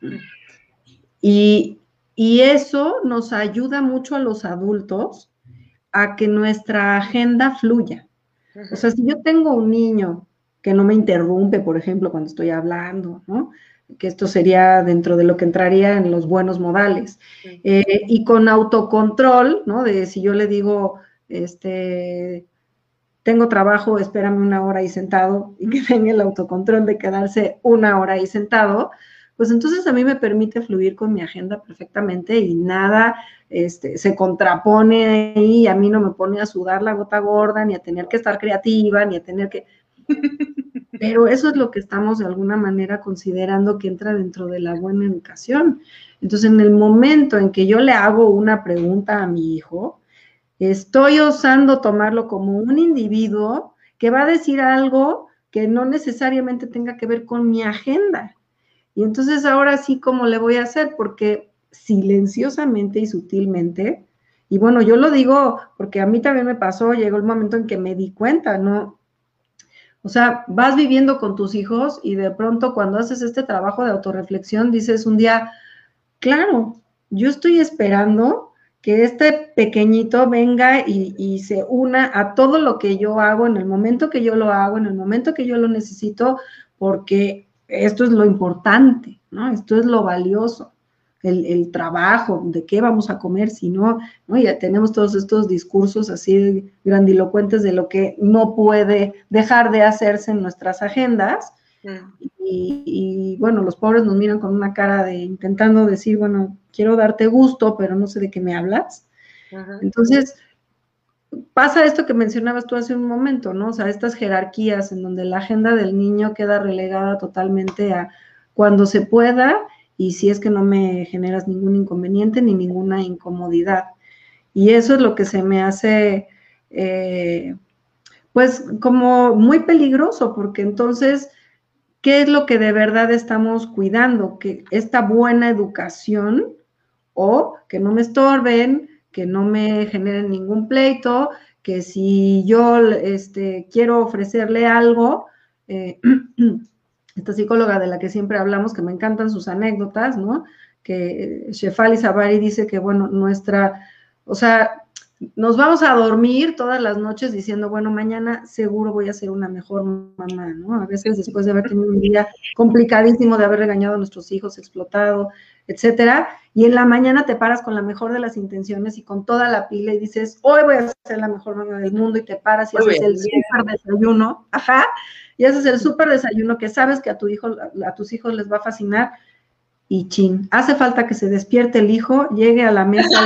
Y eso nos ayuda mucho a los adultos a que nuestra agenda fluya. O sea, si yo tengo un niño que no me interrumpe, por ejemplo, cuando estoy hablando, ¿no? Que esto sería dentro de lo que entraría en los buenos modales. Y con autocontrol, ¿no? De si yo le digo, tengo trabajo, espérame 1 hora ahí sentado, y que tenga el autocontrol de quedarse 1 hora ahí sentado, pues entonces a mí me permite fluir con mi agenda perfectamente y nada se contrapone ahí, a mí no me pone a sudar la gota gorda, ni a tener que estar creativa, ni a tener que... Pero eso es lo que estamos de alguna manera considerando que entra dentro de la buena educación. Entonces, en el momento en que yo le hago una pregunta a mi hijo, estoy osando tomarlo como un individuo que va a decir algo que no necesariamente tenga que ver con mi agenda. Y entonces ahora sí, ¿cómo le voy a hacer? Porque silenciosamente y sutilmente, y bueno, yo lo digo porque a mí también me pasó, llegó el momento en que me di cuenta, ¿no? O sea, vas viviendo con tus hijos y de pronto cuando haces este trabajo de autorreflexión, dices un día, claro, yo estoy esperando que este pequeñito venga y se una a todo lo que yo hago en el momento que yo lo hago, en el momento que yo lo necesito, porque esto es lo importante, ¿no? Esto es lo valioso, el trabajo, de qué vamos a comer, si no, ¿no? Ya tenemos todos estos discursos así grandilocuentes de lo que no puede dejar de hacerse en nuestras agendas. Y bueno, los pobres nos miran con una cara de intentando decir, bueno, quiero darte gusto, pero no sé de qué me hablas. Entonces, pasa esto que mencionabas tú hace un momento, ¿no? O sea, estas jerarquías en donde la agenda del niño queda relegada totalmente a cuando se pueda y si es que no me generas ningún inconveniente ni ninguna incomodidad. Y eso es lo que se me hace, pues, como muy peligroso, porque entonces, ¿qué es lo que de verdad estamos cuidando? Que esta buena educación o que no me estorben, que no me generen ningún pleito, que si yo quiero ofrecerle algo, esta psicóloga de la que siempre hablamos, que me encantan sus anécdotas, ¿no? Que Shefali Sabari dice que, bueno, o sea, nos vamos a dormir todas las noches diciendo, bueno, mañana seguro voy a ser una mejor mamá, ¿no? A veces después de haber tenido un día complicadísimo, de haber regañado a nuestros hijos, explotado, etcétera, y en la mañana te paras con la mejor de las intenciones y con toda la pila y dices, hoy voy a ser la mejor mamá del mundo, y te paras y haces el súper desayuno, y haces el súper desayuno que sabes que a tus hijos les va a fascinar, y chin, hace falta que se despierte el hijo, llegue a la mesa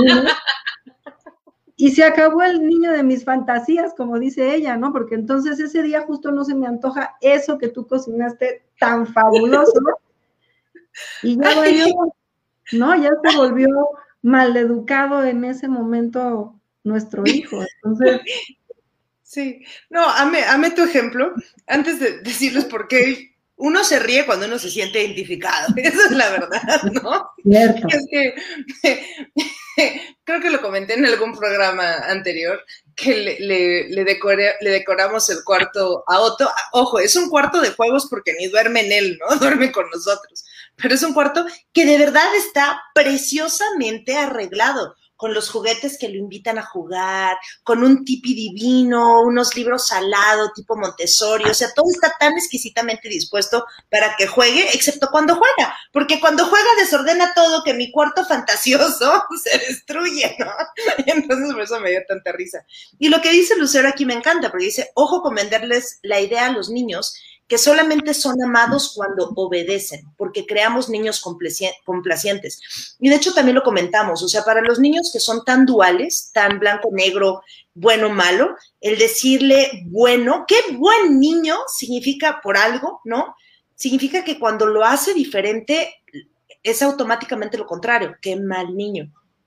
y se acabó el niño de mis fantasías, como dice ella, ¿no? Porque entonces ese día justo no se me antoja eso que tú cocinaste tan fabuloso, y ya valió, ¿no? Ya se volvió maleducado en ese momento nuestro hijo. Entonces... Sí, no, ame tu ejemplo. Antes de decirles por qué, uno se ríe cuando uno se siente identificado. Esa es la verdad, ¿no? Cierto. Es que creo que lo comenté en algún programa anterior, que le decoramos el cuarto a Otto. Ojo, es un cuarto de juegos porque ni duerme en él, ¿no? Duerme con nosotros. Pero es un cuarto que de verdad está preciosamente arreglado, con los juguetes que lo invitan a jugar, con un tipi divino, unos libros al lado, tipo Montessori, o sea, todo está tan exquisitamente dispuesto para que juegue, excepto cuando juega, porque cuando juega desordena todo, que mi cuarto fantasioso se destruye, ¿no? Entonces por eso me dio tanta risa. Y lo que dice Lucero aquí me encanta, porque dice, ojo con venderles la idea a los niños que solamente son amados cuando obedecen, porque creamos niños complacientes. Y de hecho también lo comentamos, o sea, para los niños que son tan duales, tan blanco-negro, bueno-malo, el decirle bueno, qué buen niño significa por algo, ¿no? Significa que cuando lo hace diferente es automáticamente lo contrario, qué mal niño.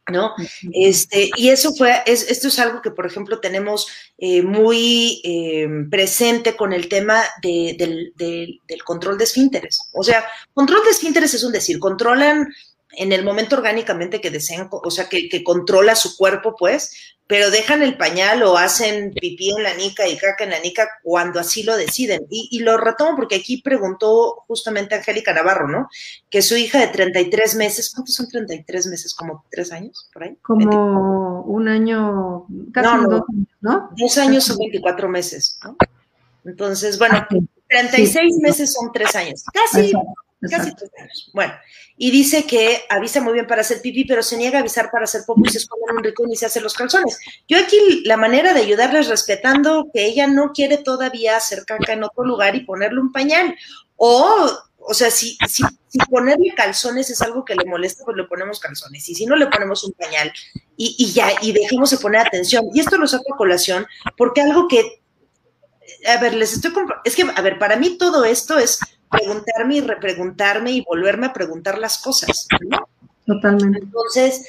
¿no? Y eso esto es algo que, por ejemplo, tenemos muy presente con el tema del control de esfínteres. O sea, control de esfínteres es un decir, controlan en el momento orgánicamente que desean, o sea, que controla su cuerpo, pues, pero dejan el pañal o hacen pipí en la nica y caca en la nica cuando así lo deciden. Y lo retomo porque aquí preguntó justamente Angélica Navarro, ¿no? Que su hija de 33 meses, ¿cuántos son 33 meses? ¿Como 3 años por ahí? Como un año, casi no, 2 años, ¿no? 2 años son 24 meses, ¿no? Entonces, bueno, 36 meses son 3 años, casi 3 años. Bueno, y dice que avisa muy bien para hacer pipí, pero se niega a avisar para hacer popó y se esconde en un rincón y se hace los calzones. Yo aquí la manera de ayudarles respetando que ella no quiere todavía hacer caca en otro lugar y ponerle un pañal. O sea, si ponerle calzones es algo que le molesta, pues le ponemos calzones. Y si no, le ponemos un pañal y ya, y dejemos de poner atención. Y esto lo saco a colación porque algo que, a ver, es que, a ver, para mí todo esto es preguntarme y repreguntarme y volverme a preguntar las cosas, ¿no? Totalmente. Entonces,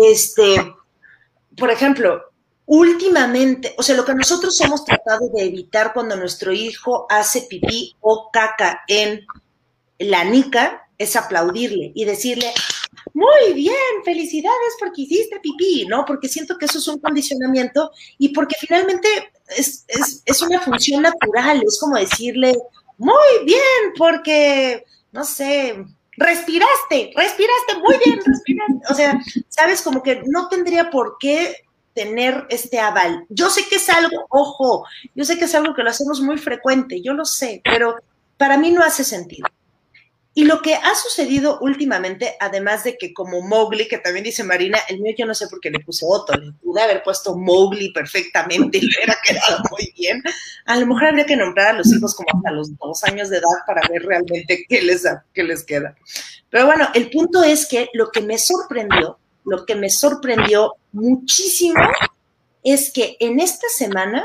por ejemplo, últimamente, o sea, lo que nosotros hemos tratado de evitar cuando nuestro hijo hace pipí o caca en la nica es aplaudirle y decirle, muy bien, felicidades porque hiciste pipí, ¿no? Porque siento que eso es un condicionamiento y porque finalmente es una función natural, es como decirle, muy bien, porque, no sé, respiraste, muy bien, respiraste. O sea, sabes, como que no tendría por qué tener este aval. Yo sé que es algo, ojo, yo sé que es algo que lo hacemos muy frecuente, yo lo sé, pero para mí no hace sentido. Y lo que ha sucedido últimamente, además de que como Mowgli, que también dice Marina, el mío yo no sé por qué le puse Otto, le pude haber puesto Mowgli perfectamente y le hubiera quedado muy bien. A lo mejor habría que nombrar a los hijos como hasta los 2 años de edad para ver realmente qué les queda. Pero bueno, el punto es que lo que me sorprendió muchísimo es que en esta semana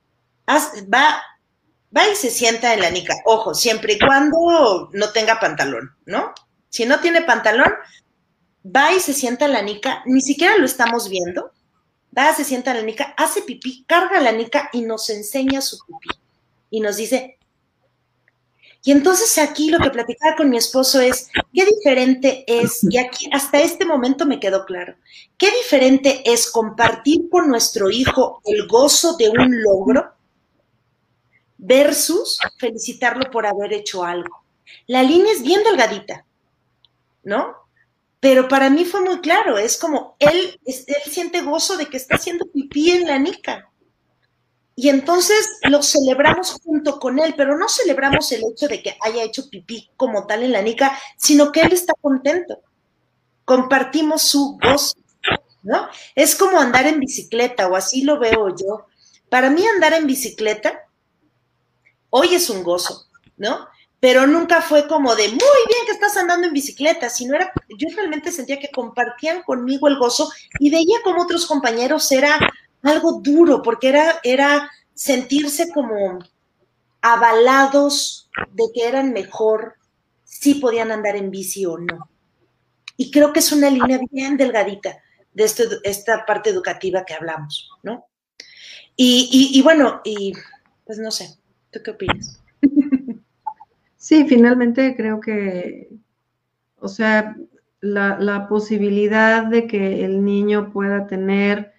va y se sienta en la nica. Ojo, siempre y cuando no tenga pantalón, ¿no? Si no tiene pantalón, va y se sienta en la nica, ni siquiera lo estamos viendo, va, se sienta en la nica, hace pipí, carga la nica y nos enseña su pipí. Y nos dice, y entonces aquí lo que platicaba con mi esposo es, qué diferente es, y aquí hasta este momento me quedó claro, qué diferente es compartir con nuestro hijo el gozo de un logro versus felicitarlo por haber hecho algo. La línea es bien delgadita, ¿no? Pero para mí fue muy claro, es como él siente gozo de que está haciendo pipí en la nica. Y entonces lo celebramos junto con él, pero no celebramos el hecho de que haya hecho pipí como tal en la nica, sino que él está contento. Compartimos su gozo, ¿no? Es como andar en bicicleta, o así lo veo yo. Para mí andar en bicicleta hoy es un gozo, ¿no? Pero nunca fue como de, muy bien que estás andando en bicicleta, sino era, yo realmente sentía que compartían conmigo el gozo y veía como otros compañeros era algo duro, porque era sentirse como avalados de que eran mejor si podían andar en bici o no. Y creo que es una línea bien delgadita de esta parte educativa que hablamos, ¿no? Y bueno, pues no sé, ¿tú qué opinas? Sí, finalmente creo que, o sea, la posibilidad de que el niño pueda tener,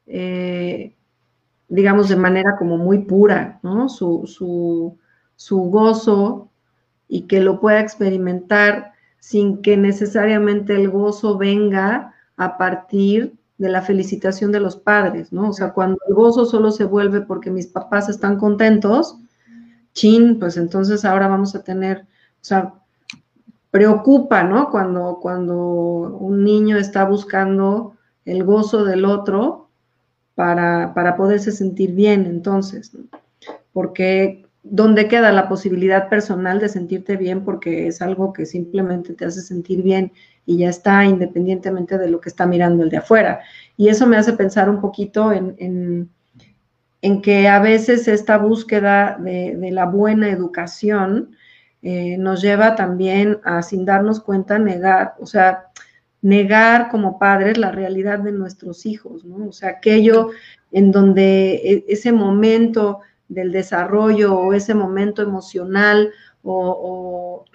digamos, de manera como muy pura, ¿no? Su gozo y que lo pueda experimentar sin que necesariamente el gozo venga a partir de la felicitación de los padres, ¿no? O sea, cuando el gozo solo se vuelve porque mis papás están contentos, chin, pues entonces ahora vamos a tener, o sea, preocupa, ¿no? Cuando un niño está buscando el gozo del otro para poderse sentir bien, entonces, ¿no? Porque ¿dónde queda la posibilidad personal de sentirte bien? Porque es algo que simplemente te hace sentir bien y ya está, independientemente de lo que está mirando el de afuera. Y eso me hace pensar un poquito en que a veces esta búsqueda de la buena educación nos lleva también a, sin darnos cuenta, negar, o sea, negar como padres la realidad de nuestros hijos, ¿no? O sea, aquello en donde ese momento del desarrollo o ese momento emocional o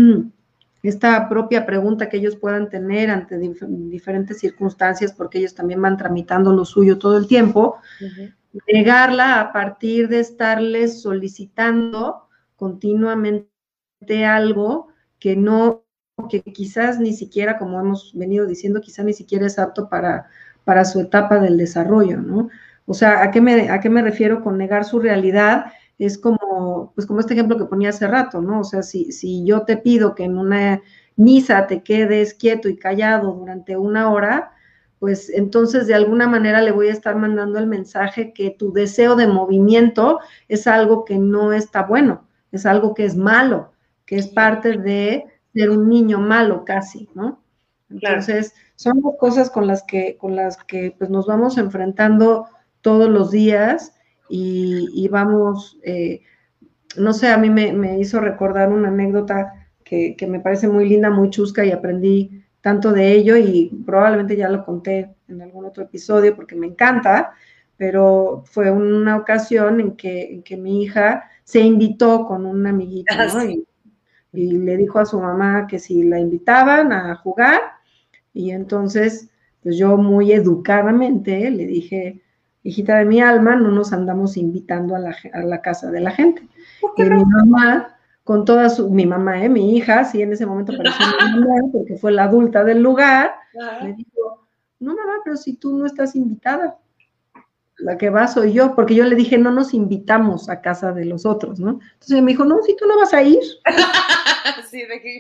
esta propia pregunta que ellos puedan tener ante diferentes circunstancias, porque ellos también van tramitando lo suyo todo el tiempo, negarla a partir de estarles solicitando continuamente algo que no, que quizás ni siquiera, como hemos venido diciendo, quizás ni siquiera es apto para su etapa del desarrollo, ¿no? O sea, ¿a qué me refiero con negar su realidad? Es como, pues como este ejemplo que ponía hace rato, ¿no? O sea, si yo te pido que en una misa te quedes quieto y callado durante 1 hora, pues entonces de alguna manera le voy a estar mandando el mensaje que tu deseo de movimiento es algo que no está bueno, es algo que es malo, que es parte de ser un niño malo casi, ¿no? Entonces, son cosas con las que pues, nos vamos enfrentando todos los días y vamos, no sé, a mí me hizo recordar una anécdota que me parece muy linda, muy chusca y aprendí tanto de ello y probablemente ya lo conté en algún otro episodio porque me encanta, pero fue una ocasión en que mi hija se invitó con un amiguito, ¿no? Y le dijo a su mamá que si la invitaban a jugar, y entonces, pues yo muy educadamente le dije, hijita de mi alma, no nos andamos invitando a la casa de la gente. Y mi mamá, con toda mi mamá, mi hija, sí, en ese momento pareció mi mamá, porque fue la adulta del lugar, me dijo, no mamá, pero si tú no estás invitada, la que va soy yo, porque yo le dije, no nos invitamos a casa de los otros, ¿no? Entonces me dijo, no, si tú no vas a ir. Sí,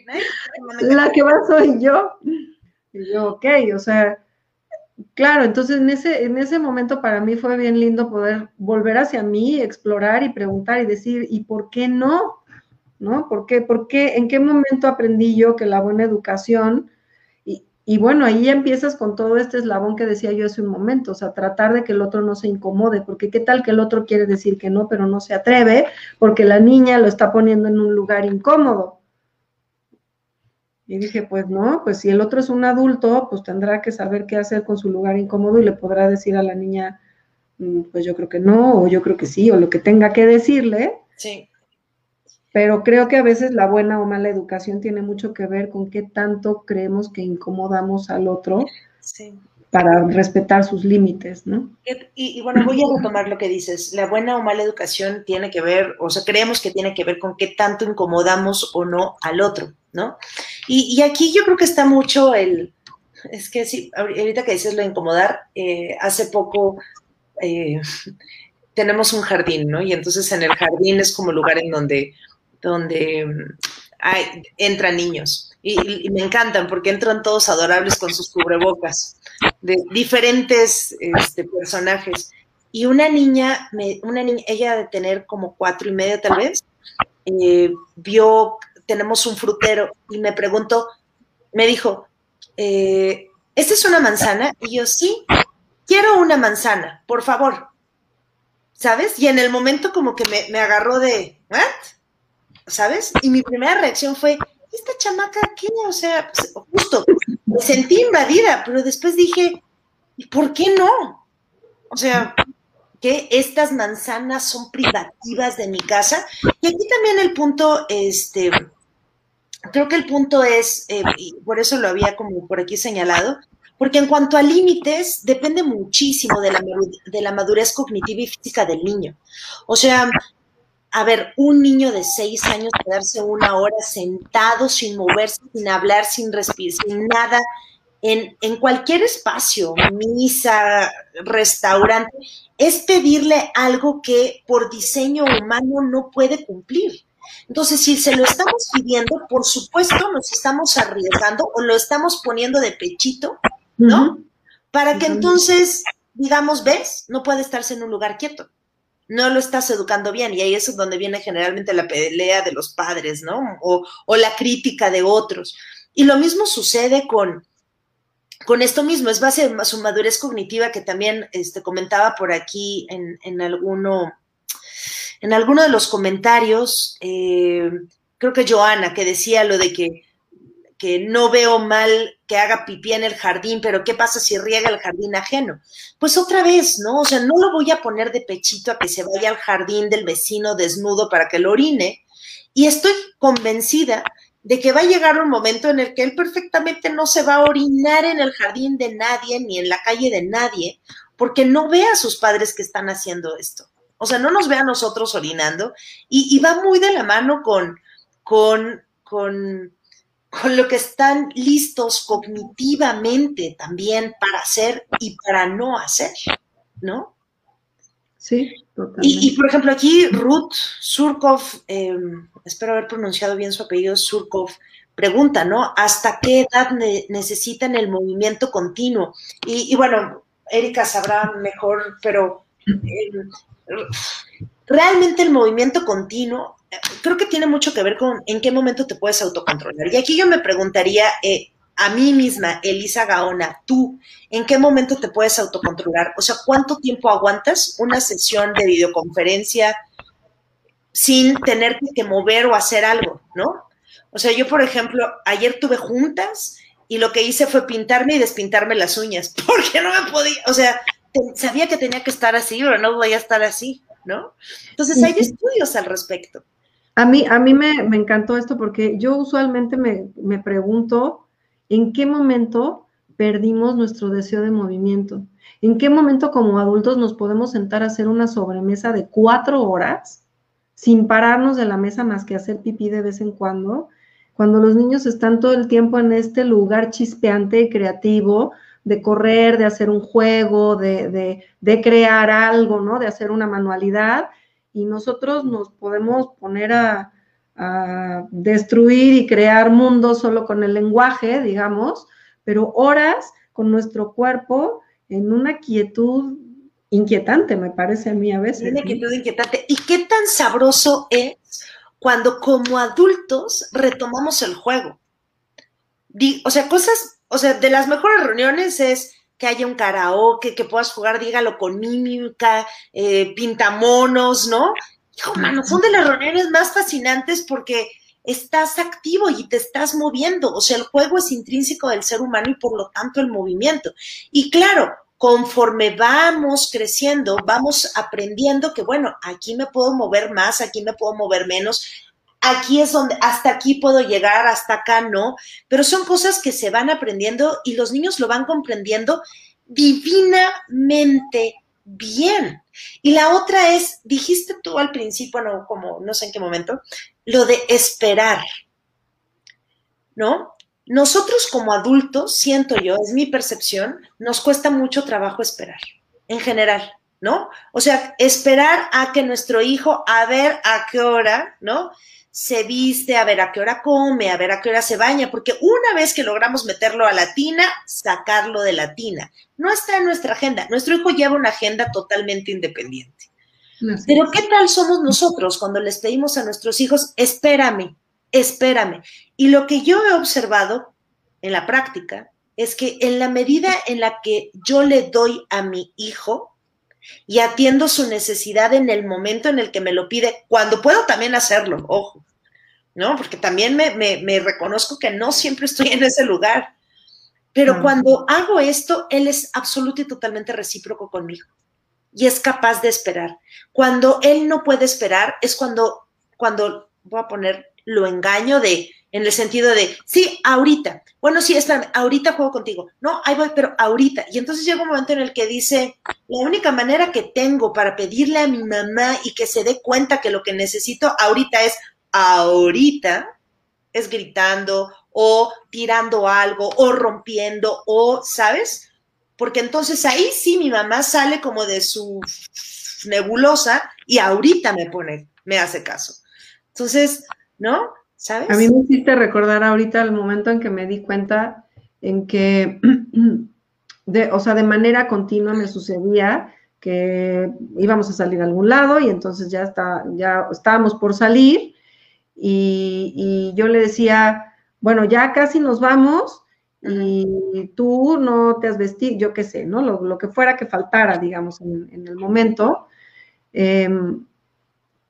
la que va soy yo. Y yo, ok, o sea, claro, entonces en ese momento para mí fue bien lindo poder volver hacia mí, explorar y preguntar y decir, ¿y por qué no? ¿No? ¿Por qué? ¿En qué momento aprendí yo que la buena educación? Y bueno, ahí ya empiezas con todo este eslabón que decía yo hace un momento, o sea, tratar de que el otro no se incomode, porque qué tal que el otro quiere decir que no, pero no se atreve, porque la niña lo está poniendo en un lugar incómodo. Y dije, pues no, pues si el otro es un adulto, pues tendrá que saber qué hacer con su lugar incómodo y le podrá decir a la niña, pues yo creo que no, o yo creo que sí, o lo que tenga que decirle. Sí. Pero creo que a veces la buena o mala educación tiene mucho que ver con qué tanto creemos que incomodamos al otro para respetar sus límites, ¿no? Y bueno, voy a retomar lo que dices. La buena o mala educación tiene que ver, o sea, creemos que tiene que ver con qué tanto incomodamos o no al otro, ¿no? Y aquí yo creo que está mucho es que sí, ahorita que dices lo de incomodar, hace poco tenemos un jardín, ¿no? Y entonces en el jardín es como lugar en donde entran niños. Y me encantan porque entran todos adorables con sus cubrebocas de diferentes personajes. Y una niña, ella de tener como 4 y medio tal vez, tenemos un frutero y me preguntó, me dijo, ¿esta es una manzana? Y yo, sí, quiero una manzana, por favor. ¿Sabes? Y en el momento como que me agarró de, ¿what? ¿Sabes? Y mi primera reacción fue, ¿esta chamaca qué? O sea, pues, justo, me sentí invadida, pero después dije, ¿y por qué no? O sea, que estas manzanas son privativas de mi casa. Y aquí también el punto, creo que el punto es, y por eso lo había como por aquí señalado, porque en cuanto a límites, depende muchísimo de la madurez cognitiva y física del niño. O sea, a ver, un niño de 6 años quedarse 1 hora sentado, sin moverse, sin hablar, sin respirar, sin nada, en cualquier espacio, misa, restaurante, es pedirle algo que por diseño humano no puede cumplir. Entonces, si se lo estamos pidiendo, por supuesto nos estamos arriesgando o lo estamos poniendo de pechito, ¿no? Para que entonces, digamos, ¿ves? No puede estarse en un lugar quieto. No lo estás educando bien y ahí es donde viene generalmente la pelea de los padres, ¿no? O la crítica de otros. Y lo mismo sucede con esto mismo, es base de su madurez cognitiva que también comentaba por aquí en alguno de los comentarios, creo que Joana, que decía lo de que que no veo mal que haga pipí en el jardín, pero ¿qué pasa si riega el jardín ajeno? Pues otra vez, ¿no? O sea, no lo voy a poner de pechito a que se vaya al jardín del vecino desnudo para que lo orine, y estoy convencida de que va a llegar un momento en el que él perfectamente no se va a orinar en el jardín de nadie, ni en la calle de nadie, porque no ve a sus padres que están haciendo esto. O sea, no nos ve a nosotros orinando, y va muy de la mano con lo que están listos cognitivamente también para hacer y para no hacer, ¿no? Sí, totalmente. Y por ejemplo, aquí Ruth Surkov, espero haber pronunciado bien su apellido, Surkov, pregunta, ¿no? ¿Hasta qué edad necesitan el movimiento continuo? Y bueno, Erika sabrá mejor, pero realmente el movimiento continuo creo que tiene mucho que ver con en qué momento te puedes autocontrolar. Y aquí yo me preguntaría a mí misma, Elisa Gaona, tú, ¿en qué momento te puedes autocontrolar? O sea, ¿cuánto tiempo aguantas una sesión de videoconferencia sin tener que mover o hacer algo, ¿no? O sea, yo, por ejemplo, ayer tuve juntas y lo que hice fue pintarme y despintarme las uñas, porque no me podía, o sea, sabía que tenía que estar así, pero no voy a estar así, ¿no? Entonces hay estudios al respecto. A mí me encantó esto porque yo usualmente me pregunto en qué momento perdimos nuestro deseo de movimiento. ¿En qué momento como adultos nos podemos sentar a hacer una sobremesa de 4 horas sin pararnos de la mesa más que hacer pipí de vez en cuando? Cuando los niños están todo el tiempo en este lugar chispeante y creativo de correr, de hacer un juego, de crear algo, ¿no? De hacer una manualidad, y nosotros nos podemos poner a destruir y crear mundos solo con el lenguaje, digamos, pero horas con nuestro cuerpo en una quietud inquietante, me parece a mí a veces. Una quietud inquietante. ¿Y qué tan sabroso es cuando como adultos retomamos el juego? O sea, cosas, o sea, de las mejores reuniones es que haya un karaoke, que puedas jugar, dígalo con mímica, pintamonos, ¿no? Hijo, mano, son de las reuniones más fascinantes porque estás activo y te estás moviendo. O sea, el juego es intrínseco del ser humano y por lo tanto el movimiento. Y claro, conforme vamos creciendo, vamos aprendiendo que, bueno, aquí me puedo mover más, aquí me puedo mover menos, aquí es donde, hasta aquí puedo llegar, hasta acá no, pero son cosas que se van aprendiendo y los niños lo van comprendiendo divinamente bien. Y la otra es, dijiste tú al principio, no, como no sé en qué momento, lo de esperar, ¿no? Nosotros como adultos, siento yo, es mi percepción, nos cuesta mucho trabajo esperar, en general, ¿no? O sea, esperar a que nuestro hijo, a ver a qué hora, ¿no? Se viste, a ver a qué hora come, a ver a qué hora se baña, porque una vez que logramos meterlo a la tina, sacarlo de la tina. No está en nuestra agenda. Nuestro hijo lleva una agenda totalmente independiente. Pero ¿qué tal somos nosotros cuando les pedimos a nuestros hijos, espérame, espérame? Y lo que yo he observado en la práctica es que en la medida en la que yo le doy a mi hijo y atiendo su necesidad en el momento en el que me lo pide, cuando puedo también hacerlo, ojo, ¿no? Porque también me reconozco que no siempre estoy en ese lugar, pero cuando hago esto, él es absoluto y totalmente recíproco conmigo y es capaz de esperar. Cuando él no puede esperar es cuando voy a poner, lo engaño en el sentido de, sí, ahorita, bueno, sí, espérame, ahorita juego contigo, no, ahí voy, pero ahorita. Y entonces llega un momento en el que dice, la única manera que tengo para pedirle a mi mamá y que se dé cuenta que lo que necesito ahorita es gritando o tirando algo o rompiendo o, ¿sabes? Porque entonces ahí sí mi mamá sale como de su nebulosa y ahorita me hace caso. Entonces, ¿no? ¿Sabes? A mí me hiciste recordar ahorita el momento en que me di cuenta en que, o sea, de manera continua me sucedía que íbamos a salir a algún lado y entonces ya estábamos por salir y yo le decía, bueno, ya casi nos vamos y tú no te has vestido, yo qué sé, ¿no? Lo que fuera que faltara, digamos, en el momento.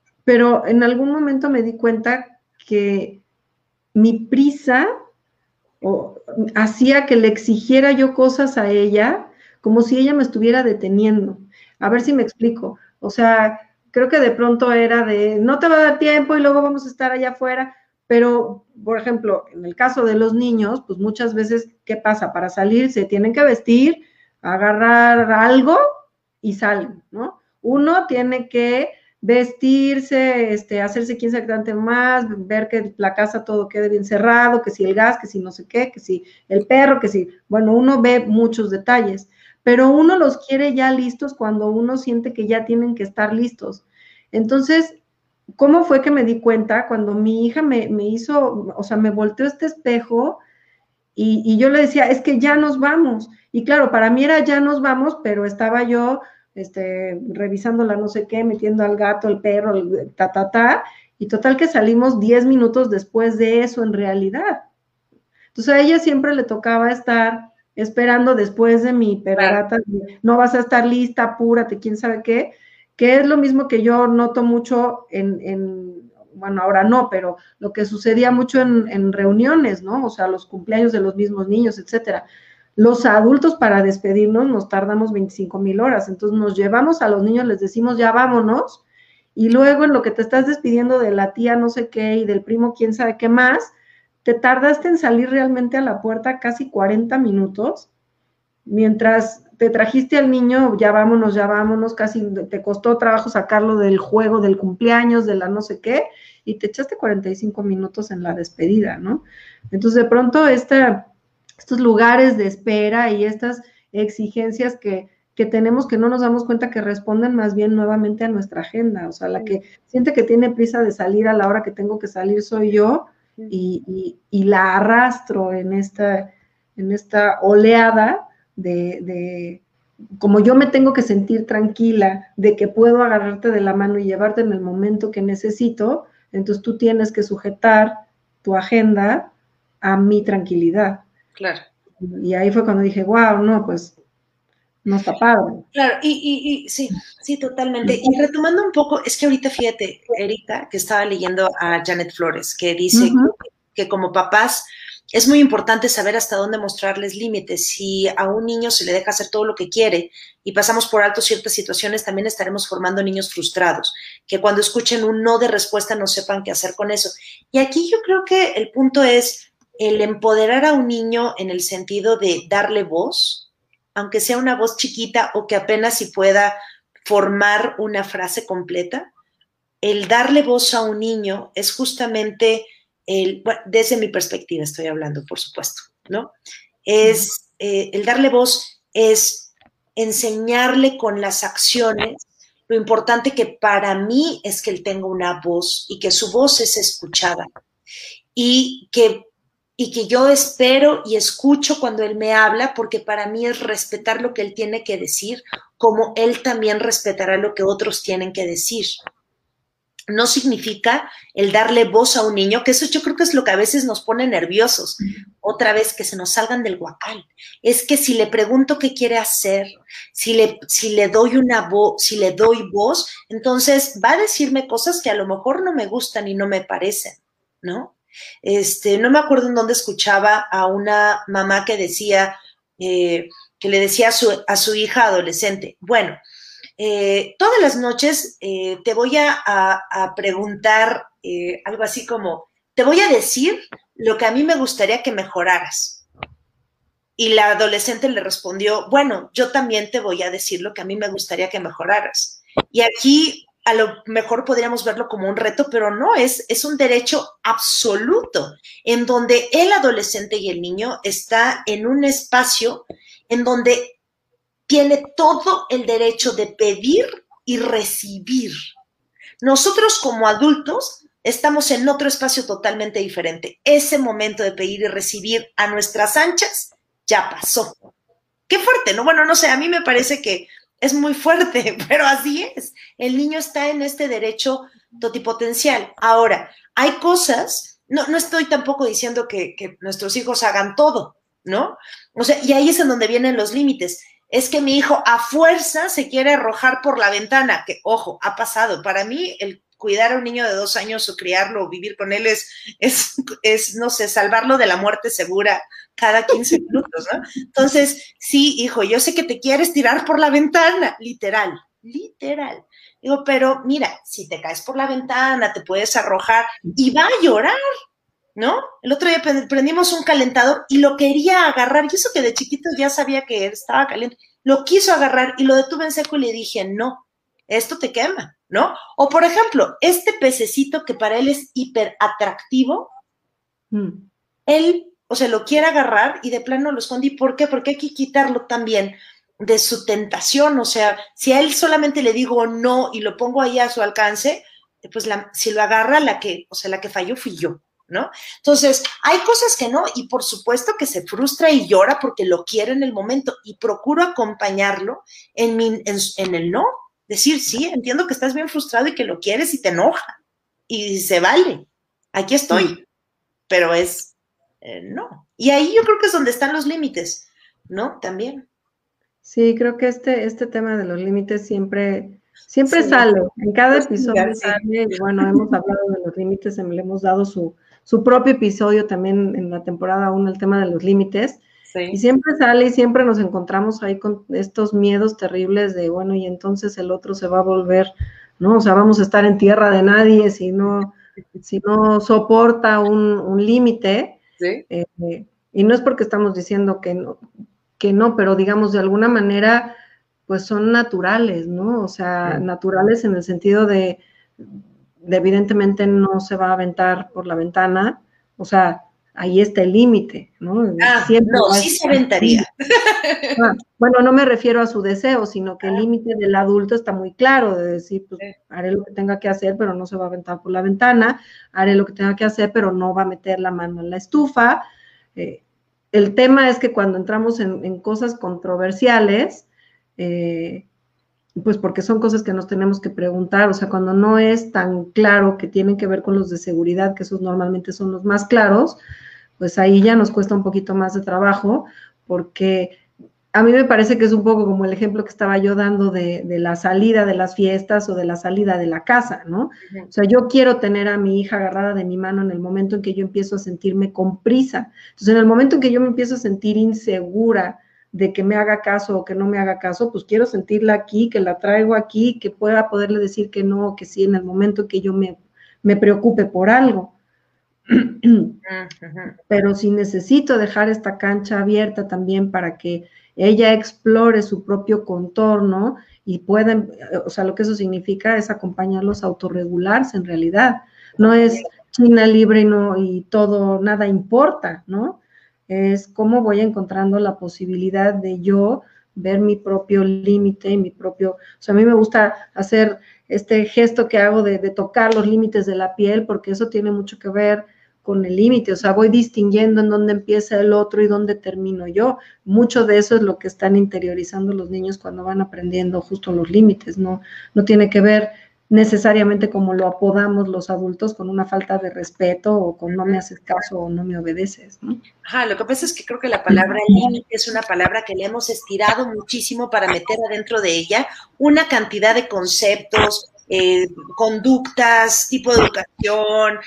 Pero en algún momento me di cuenta que mi prisa o hacía que le exigiera yo cosas a ella como si ella me estuviera deteniendo. A ver si me explico. O sea, creo que de pronto era de, no te va a dar tiempo y luego vamos a estar allá afuera, pero, por ejemplo, en el caso de los niños, pues muchas veces, ¿qué pasa? Para salir se tienen que vestir, agarrar algo y salen, ¿no? Uno tiene que vestirse, hacerse quién sabe qué más, ver que la casa todo quede bien cerrado, que si el gas, que si no sé qué, que si el perro, que si, bueno, uno ve muchos detalles, pero uno los quiere ya listos cuando uno siente que ya tienen que estar listos. Entonces, ¿cómo fue que me di cuenta? Cuando mi hija me hizo, o sea, me volteó este espejo y yo le decía, es que ya nos vamos. Y claro, para mí era ya nos vamos, pero estaba yo revisando la no sé qué, metiendo al gato, el perro, y total que salimos 10 minutos después de eso en realidad. Entonces a ella siempre le tocaba estar esperando después de mi perorata, no vas a estar lista, apúrate, quién sabe qué, que es lo mismo que yo noto mucho bueno, ahora no, pero lo que sucedía mucho en reuniones, ¿no? O sea, los cumpleaños de los mismos niños, etcétera. Los adultos para despedirnos nos tardamos 25,000 horas, entonces nos llevamos a los niños, les decimos ya vámonos, y luego en lo que te estás despidiendo de la tía no sé qué y del primo quién sabe qué más, te tardaste en salir realmente a la puerta casi 40 minutos, mientras te trajiste al niño, ya vámonos, casi te costó trabajo sacarlo del juego, del cumpleaños, de la no sé qué, y te echaste 45 minutos en la despedida, ¿no? Entonces, de pronto, estos lugares de espera y estas exigencias que tenemos que no nos damos cuenta que responden más bien nuevamente a nuestra agenda, o sea, la que siente que tiene prisa de salir a la hora que tengo que salir soy yo, y la arrastro en esta oleada de como yo me tengo que sentir tranquila de que puedo agarrarte de la mano y llevarte en el momento que necesito, entonces tú tienes que sujetar tu agenda a mi tranquilidad. Claro. Y ahí fue cuando dije, wow, no, pues no está padre. Claro, y sí, totalmente. Y retomando un poco, es que ahorita fíjate, Erika, que estaba leyendo a Janet Flores, que dice que como papás es muy importante saber hasta dónde mostrarles límites. Si a un niño se le deja hacer todo lo que quiere y pasamos por alto ciertas situaciones, también estaremos formando niños frustrados, que cuando escuchen un no de respuesta no sepan qué hacer con eso. Y aquí yo creo que el punto es el empoderar a un niño en el sentido de darle voz, aunque sea una voz chiquita o que apenas si pueda formar una frase completa. El darle voz a un niño es justamente, bueno, desde mi perspectiva estoy hablando, por supuesto, ¿no? El darle voz es enseñarle con las acciones lo importante que para mí es que él tenga una voz y que su voz es escuchada y que yo espero y escucho cuando él me habla, porque para mí es respetar lo que él tiene que decir, como él también respetará lo que otros tienen que decir. No significa el darle voz a un niño, que eso yo creo que es lo que a veces nos pone nerviosos. Otra vez, que se nos salgan del guacal. Es que si le pregunto qué quiere hacer, si le doy una voz, si le doy voz, entonces va a decirme cosas que a lo mejor no me gustan y no me parecen, ¿no? No me acuerdo en dónde escuchaba a una mamá que decía, que le decía a su hija adolescente, bueno, todas las noches te voy a preguntar algo así como, te voy a decir lo que a mí me gustaría que mejoraras. Y la adolescente le respondió, bueno, yo también te voy a decir lo que a mí me gustaría que mejoraras. Y aquí a lo mejor podríamos verlo como un reto, pero no, es un derecho absoluto, en donde el adolescente y el niño está en un espacio en donde tiene todo el derecho de pedir y recibir. Nosotros como adultos estamos en otro espacio totalmente diferente. Ese momento de pedir y recibir a nuestras anchas ya pasó. Qué fuerte, ¿no? Bueno, no sé, a mí me parece que es muy fuerte, pero así es. El niño está en este derecho totipotencial. Ahora, hay cosas, no estoy tampoco diciendo que nuestros hijos hagan todo, ¿no? O sea, y ahí es en donde vienen los límites. Es que mi hijo a fuerza se quiere arrojar por la ventana, que, ojo, ha pasado. Para mí, cuidar a un niño de 2 años o criarlo o vivir con él es, no sé, salvarlo de la muerte segura cada 15 minutos, ¿no? Entonces, sí, hijo, yo sé que te quieres tirar por la ventana, literal. Digo, pero mira, si te caes por la ventana, te puedes arrojar y va a llorar, ¿no? El otro día prendimos un calentador y lo quería agarrar, y eso que de chiquito ya sabía que estaba caliente, lo quiso agarrar y lo detuve en seco y le dije, no, esto te quema, ¿no? O por ejemplo, este pececito que para él es hiper atractivo, él, o sea, lo quiere agarrar y de plano lo esconde. ¿Y por qué? Porque hay que quitarlo también de su tentación, o sea, si a él solamente le digo no y lo pongo ahí a su alcance, pues si lo agarra, la que falló fui yo, ¿no? Entonces, hay cosas que no, y por supuesto que se frustra y llora porque lo quiere en el momento, y procuro acompañarlo en el no, decir, sí, entiendo que estás bien frustrado y que lo quieres y te enoja, y se vale, aquí estoy, pero no. Y ahí yo creo que es donde están los límites, ¿no? También. Sí, creo que este tema de los límites siempre sale, en cada episodio sale, y bueno, hemos hablado de los límites, le hemos dado su propio episodio también en la temporada 1, el tema de los límites, y siempre sale y siempre nos encontramos ahí con estos miedos terribles de, bueno, y entonces el otro se va a volver, ¿no? O sea, vamos a estar en tierra de nadie si no soporta un límite, y no es porque estamos diciendo que no, pero digamos, de alguna manera, pues son naturales, ¿no? O sea, naturales en el sentido de evidentemente no se va a aventar por la ventana, o sea, ahí está el límite, ¿no? Siempre sí se aventaría. Bueno, no me refiero a su deseo, sino que el límite del adulto está muy claro, de decir, pues haré lo que tenga que hacer, pero no se va a aventar por la ventana, haré lo que tenga que hacer, pero no va a meter la mano en la estufa. El tema es que cuando entramos en cosas controversiales, pues porque son cosas que nos tenemos que preguntar, o sea, cuando no es tan claro que tienen que ver con los de seguridad, que esos normalmente son los más claros, pues ahí ya nos cuesta un poquito más de trabajo, porque a mí me parece que es un poco como el ejemplo que estaba yo dando de la salida de las fiestas o de la salida de la casa, ¿no? O sea, yo quiero tener a mi hija agarrada de mi mano en el momento en que yo empiezo a sentirme con prisa. Entonces, en el momento en que yo me empiezo a sentir insegura de que me haga caso o que no me haga caso, pues quiero sentirla aquí, que la traigo aquí, que pueda poderle decir que no o que sí en el momento en que yo me preocupe por algo. Pero si necesito dejar esta cancha abierta también para que ella explore su propio contorno y pueda, o sea, lo que eso significa es acompañarlos a autorregularse en realidad. No es China libre y todo, nada importa, ¿no? Es cómo voy encontrando la posibilidad de yo ver mi propio límite y mi propio, o sea, a mí me gusta hacer este gesto que hago de tocar los límites de la piel, porque eso tiene mucho que ver con el límite, o sea, voy distinguiendo en dónde empieza el otro y dónde termino yo. Mucho de eso es lo que están interiorizando los niños cuando van aprendiendo justo los límites, no tiene que ver necesariamente como lo apodamos los adultos con una falta de respeto o con no me haces caso o no me obedeces, ¿no? Ajá, lo que pasa es que creo que la palabra límite es una palabra que le hemos estirado muchísimo para meter adentro de ella una cantidad de conceptos, conductas, tipo de educación,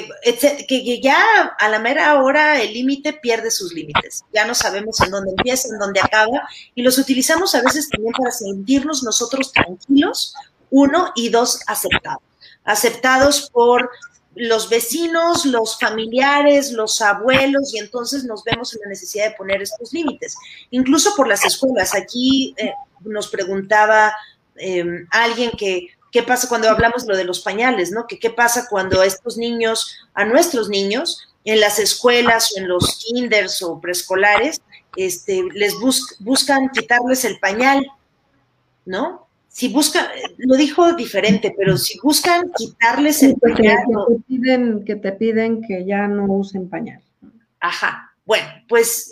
que ya a la mera hora el límite pierde sus límites. Ya no sabemos en dónde empieza, en dónde acaba, y los utilizamos a veces también para sentirnos nosotros tranquilos, 1, y 2, aceptados por los vecinos, los familiares, los abuelos, y entonces nos vemos en la necesidad de poner estos límites. Incluso por las escuelas. Aquí nos preguntaba alguien qué pasa cuando hablamos lo de los pañales, ¿no? ¿Qué pasa cuando a nuestros niños, en las escuelas o en los kinders o preescolares, les buscan quitarles el pañal, ¿no? Si buscan, lo dijo diferente, pero si buscan quitarles el pañal. Que te piden que ya no usen pañal. Ajá. Bueno, pues,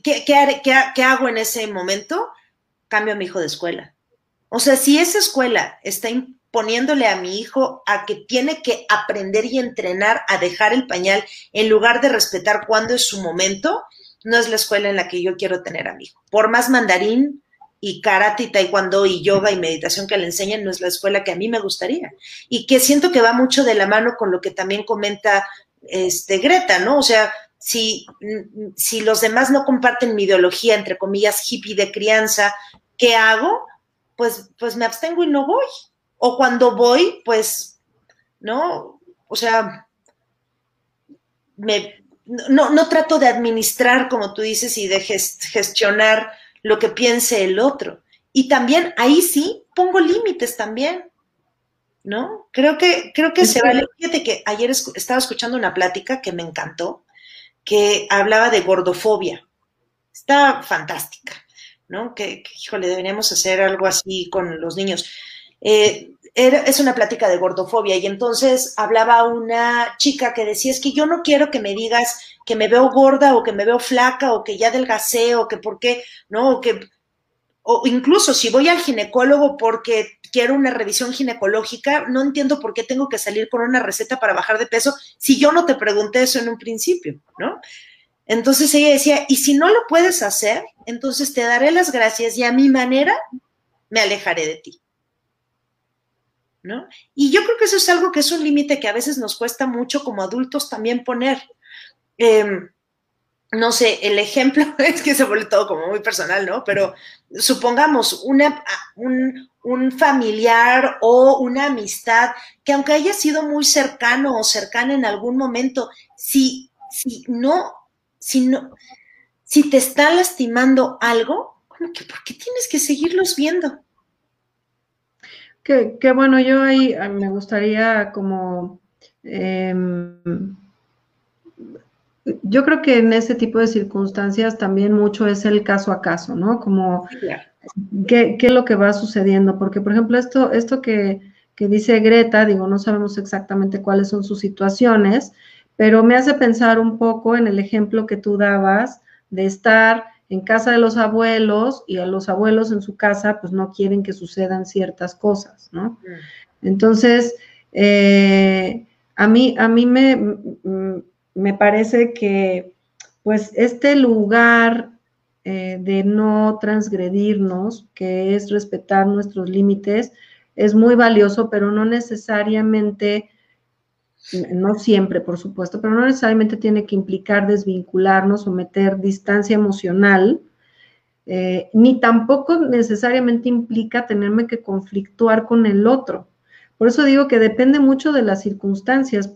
¿qué hago en ese momento? Cambio a mi hijo de escuela. O sea, si esa escuela está imponiéndole a mi hijo a que tiene que aprender y entrenar a dejar el pañal en lugar de respetar cuándo es su momento, no es la escuela en la que yo quiero tener a mi hijo. Por más mandarín y karate y taekwondo y yoga y meditación que le enseñan no es la escuela que a mí me gustaría. Y que siento que va mucho de la mano con lo que también comenta Greta, ¿no? O sea, si los demás no comparten mi ideología, entre comillas, hippie de crianza, ¿qué hago? Pues me abstengo y no voy. O cuando voy, pues, ¿no? O sea, no trato de administrar, como tú dices, y de gestionar lo que piense el otro. Y también ahí sí pongo límites también, ¿no? Creo que se vale. Fíjate que ayer estaba escuchando una plática que me encantó, que hablaba de gordofobia. Está fantástica, ¿no? Híjole, deberíamos hacer algo así con los niños. Es una plática de gordofobia y entonces hablaba una chica que decía, es que yo no quiero que me digas que me veo gorda o que me veo flaca o que ya adelgacé o que por qué, ¿no? O incluso si voy al ginecólogo porque quiero una revisión ginecológica, no entiendo por qué tengo que salir con una receta para bajar de peso si yo no te pregunté eso en un principio, ¿no? Entonces ella decía, y si no lo puedes hacer, entonces te daré las gracias y a mi manera me alejaré de ti, ¿no? Y yo creo que eso es algo que es un límite que a veces nos cuesta mucho como adultos también poner. No sé, el ejemplo es que se vuelve todo como muy personal, ¿no? Pero supongamos un familiar o una amistad que aunque haya sido muy cercano o cercana en algún momento, si te está lastimando algo, ¿por qué tienes que seguirlos viendo? Que bueno, yo ahí me gustaría como... yo creo que en ese tipo de circunstancias también mucho es el caso a caso, ¿no? Como qué es lo que va sucediendo, porque por ejemplo esto que dice Greta, digo, no sabemos exactamente cuáles son sus situaciones, pero me hace pensar un poco en el ejemplo que tú dabas de estar en casa de los abuelos y a los abuelos en su casa pues no quieren que sucedan ciertas cosas, ¿no? Entonces, a mí me parece que pues este lugar de no transgredirnos, que es respetar nuestros límites, es muy valioso, pero no necesariamente, no siempre, por supuesto, pero no necesariamente tiene que implicar desvincularnos o meter distancia emocional, ni tampoco necesariamente implica tenerme que conflictuar con el otro. Por eso digo que depende mucho de las circunstancias,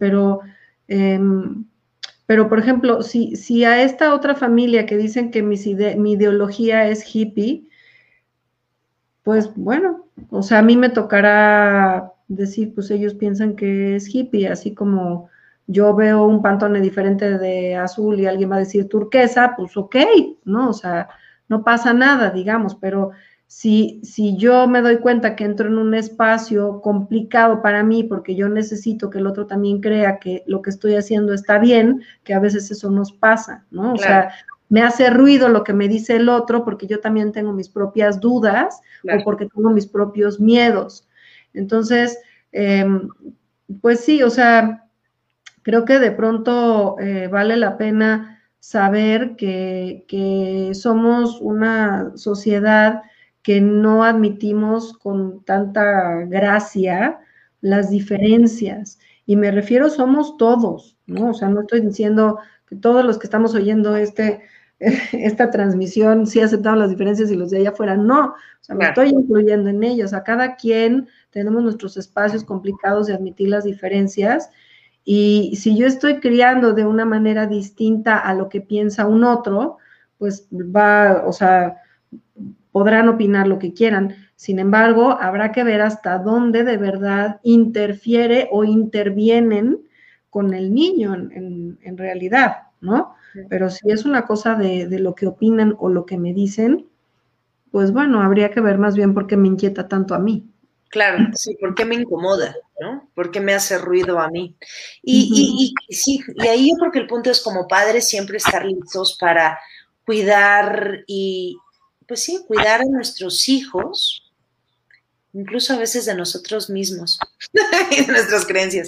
pero por ejemplo, si a esta otra familia que dicen que mi ideología es hippie, pues bueno, o sea, a mí me tocará decir, pues ellos piensan que es hippie, así como yo veo un Pantone diferente de azul y alguien va a decir turquesa, pues ok, ¿no? O sea, no pasa nada, digamos, pero si yo me doy cuenta que entro en un espacio complicado para mí porque yo necesito que el otro también crea que lo que estoy haciendo está bien, que a veces eso nos pasa, ¿no? Claro. O sea, me hace ruido lo que me dice el otro porque yo también tengo mis propias dudas, claro, o porque tengo mis propios miedos. Entonces, pues sí, o sea, creo que de pronto vale la pena saber que somos una sociedad que no admitimos con tanta gracia las diferencias. Y me refiero, somos todos, ¿no? O sea, no estoy diciendo que todos los que estamos oyendo esta transmisión sí aceptamos las diferencias y los de allá afuera no. O sea, me estoy incluyendo en ellos. A cada quien tenemos nuestros espacios complicados de admitir las diferencias. Y si yo estoy criando de una manera distinta a lo que piensa un otro, pues o sea, podrán opinar lo que quieran. Sin embargo, habrá que ver hasta dónde de verdad interfiere o intervienen con el niño en realidad, ¿no? Pero si es una cosa de lo que opinan o lo que me dicen, pues bueno, habría que ver más bien por qué me inquieta tanto a mí. Claro, sí, ¿por qué me incomoda, no? ¿Por qué me hace ruido a mí? Y sí, y ahí yo creo que el punto es como padres siempre estar listos para cuidar y, pues sí, cuidar a nuestros hijos, incluso a veces de nosotros mismos y de nuestras creencias.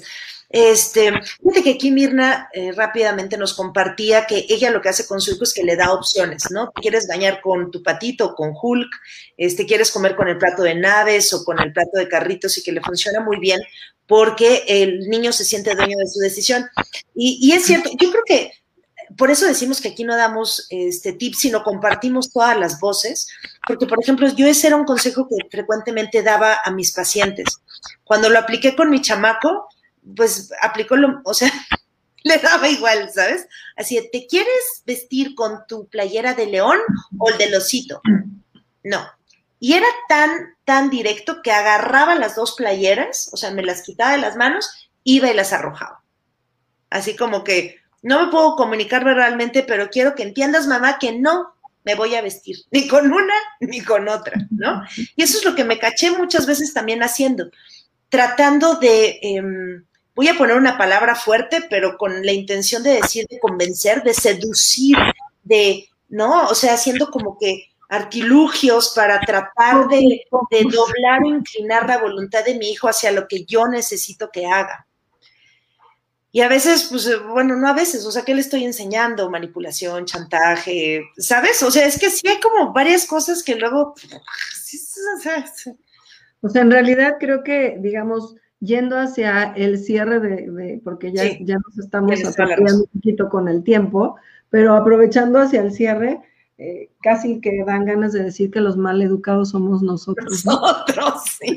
Fíjate que aquí Mirna rápidamente nos compartía que ella lo que hace con su hijo es que le da opciones, ¿no? ¿Quieres bañar con tu patito, con Hulk? ¿Quieres comer con el plato de naves o con el plato de carritos? Y que le funciona muy bien porque el niño se siente dueño de su decisión. Y es cierto, yo creo que por eso decimos que aquí no damos tips, sino compartimos todas las voces, porque, por ejemplo, yo ese era un consejo que frecuentemente daba a mis pacientes. Cuando lo apliqué con mi chamaco, pues o sea, le daba igual, ¿sabes? Así, ¿te quieres vestir con tu playera de león o el del osito? No. Y era tan directo que agarraba las dos playeras, o sea, me las quitaba de las manos, iba y las arrojaba. Así como que no me puedo comunicar verbalmente, pero quiero que entiendas, mamá, que no me voy a vestir, ni con una ni con otra, ¿no? Y eso es lo que me caché muchas veces también haciendo, tratando de, voy a poner una palabra fuerte, pero con la intención de decir, de convencer, de seducir, ¿no? O sea, haciendo como que artilugios para tratar de doblar o inclinar la voluntad de mi hijo hacia lo que yo necesito que haga. Y a veces, pues, bueno, no a veces, o sea, ¿qué le estoy enseñando? Manipulación, chantaje, ¿sabes? O sea, es que sí hay como varias cosas que luego... O sea, en realidad creo que, digamos, yendo hacia el cierre porque ya nos estamos atrapando un poquito con el tiempo, pero aprovechando hacia el cierre, casi que dan ganas de decir que los mal educados somos nosotros. Nosotros, sí.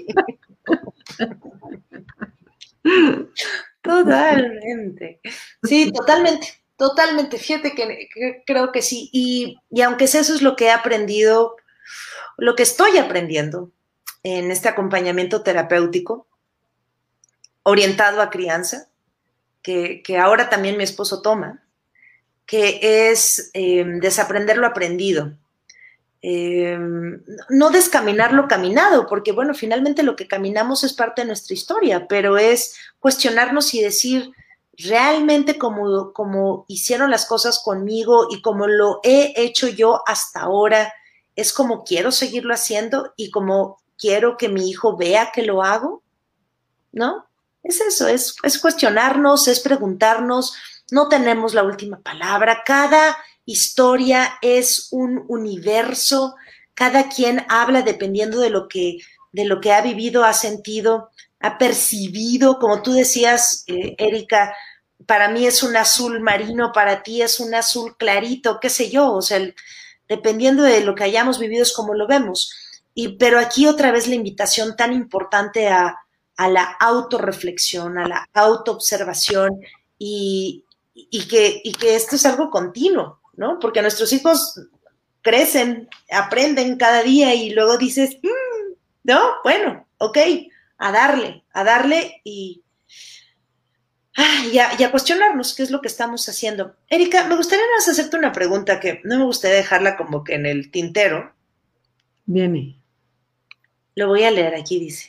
Totalmente. Sí, totalmente. Fíjate que creo que sí. Y aunque eso es lo que he aprendido, lo que estoy aprendiendo en este acompañamiento terapéutico, orientado a crianza, que ahora también mi esposo toma, que es desaprender lo aprendido. No descaminar lo caminado, porque bueno, finalmente lo que caminamos es parte de nuestra historia, pero es cuestionarnos y decir, realmente como hicieron las cosas conmigo y como lo he hecho yo hasta ahora, es como quiero seguirlo haciendo y como quiero que mi hijo vea que lo hago, ¿no? Es eso, es cuestionarnos, es preguntarnos, no tenemos la última palabra, cada historia es un universo, cada quien habla dependiendo de lo que ha vivido, ha sentido, ha percibido, como tú decías, Erika, para mí es un azul marino, para ti es un azul clarito, qué sé yo, o sea, dependiendo de lo que hayamos vivido es como lo vemos. Pero aquí otra vez la invitación tan importante a la autorreflexión, a la autoobservación y que esto es algo continuo, ¿no? Porque nuestros hijos crecen, aprenden cada día y luego dices, no, bueno, ok, a darle y a cuestionarnos qué es lo que estamos haciendo. Erika, me gustaría más hacerte una pregunta que no me gustaría dejarla como que en el tintero. Viene. Lo voy a leer, aquí dice.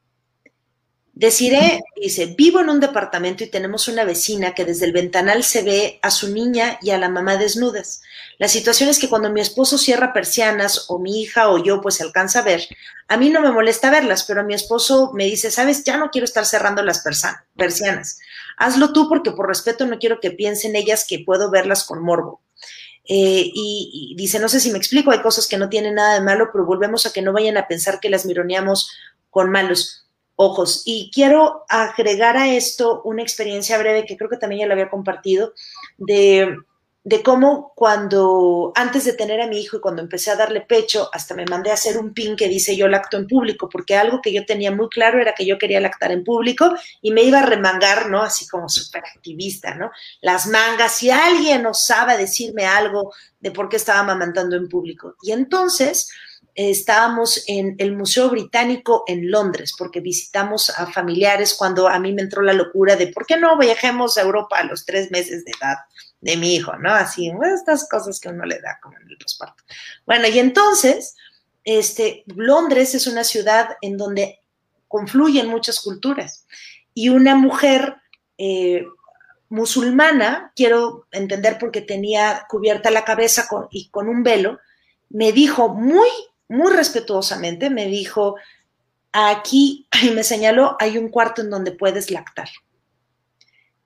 Dice, vivo en un departamento y tenemos una vecina que desde el ventanal se ve a su niña y a la mamá desnudas. La situación es que cuando mi esposo cierra persianas o mi hija o yo pues se alcanza a ver, a mí no me molesta verlas, pero a mi esposo me dice, sabes, ya no quiero estar cerrando las persianas. Hazlo tú porque por respeto no quiero que piensen ellas que puedo verlas con morbo. Y dice, no sé si me explico, hay cosas que no tienen nada de malo, pero volvemos a que no vayan a pensar que las mironeamos con malos ojos. Y quiero agregar a esto una experiencia breve que creo que también ya la había compartido, de cómo antes de tener a mi hijo y cuando empecé a darle pecho, hasta me mandé a hacer un pin que dice yo lacto en público, porque algo que yo tenía muy claro era que yo quería lactar en público y me iba a remangar, ¿no? Así como súper activista, ¿no? Las mangas, si alguien osaba decirme algo de por qué estaba amamantando en público. Y entonces estábamos en el Museo Británico en Londres, porque visitamos a familiares cuando a mí me entró la locura de ¿por qué no viajemos a Europa a los 3 meses de edad de mi hijo, ¿no? Así, bueno, estas cosas que uno le da como en el posparto. Bueno, y entonces, Londres es una ciudad en donde confluyen muchas culturas y una mujer musulmana, quiero entender porque tenía cubierta la cabeza con un velo, me dijo muy respetuosamente, me dijo, aquí, y me señaló, hay un cuarto en donde puedes lactar.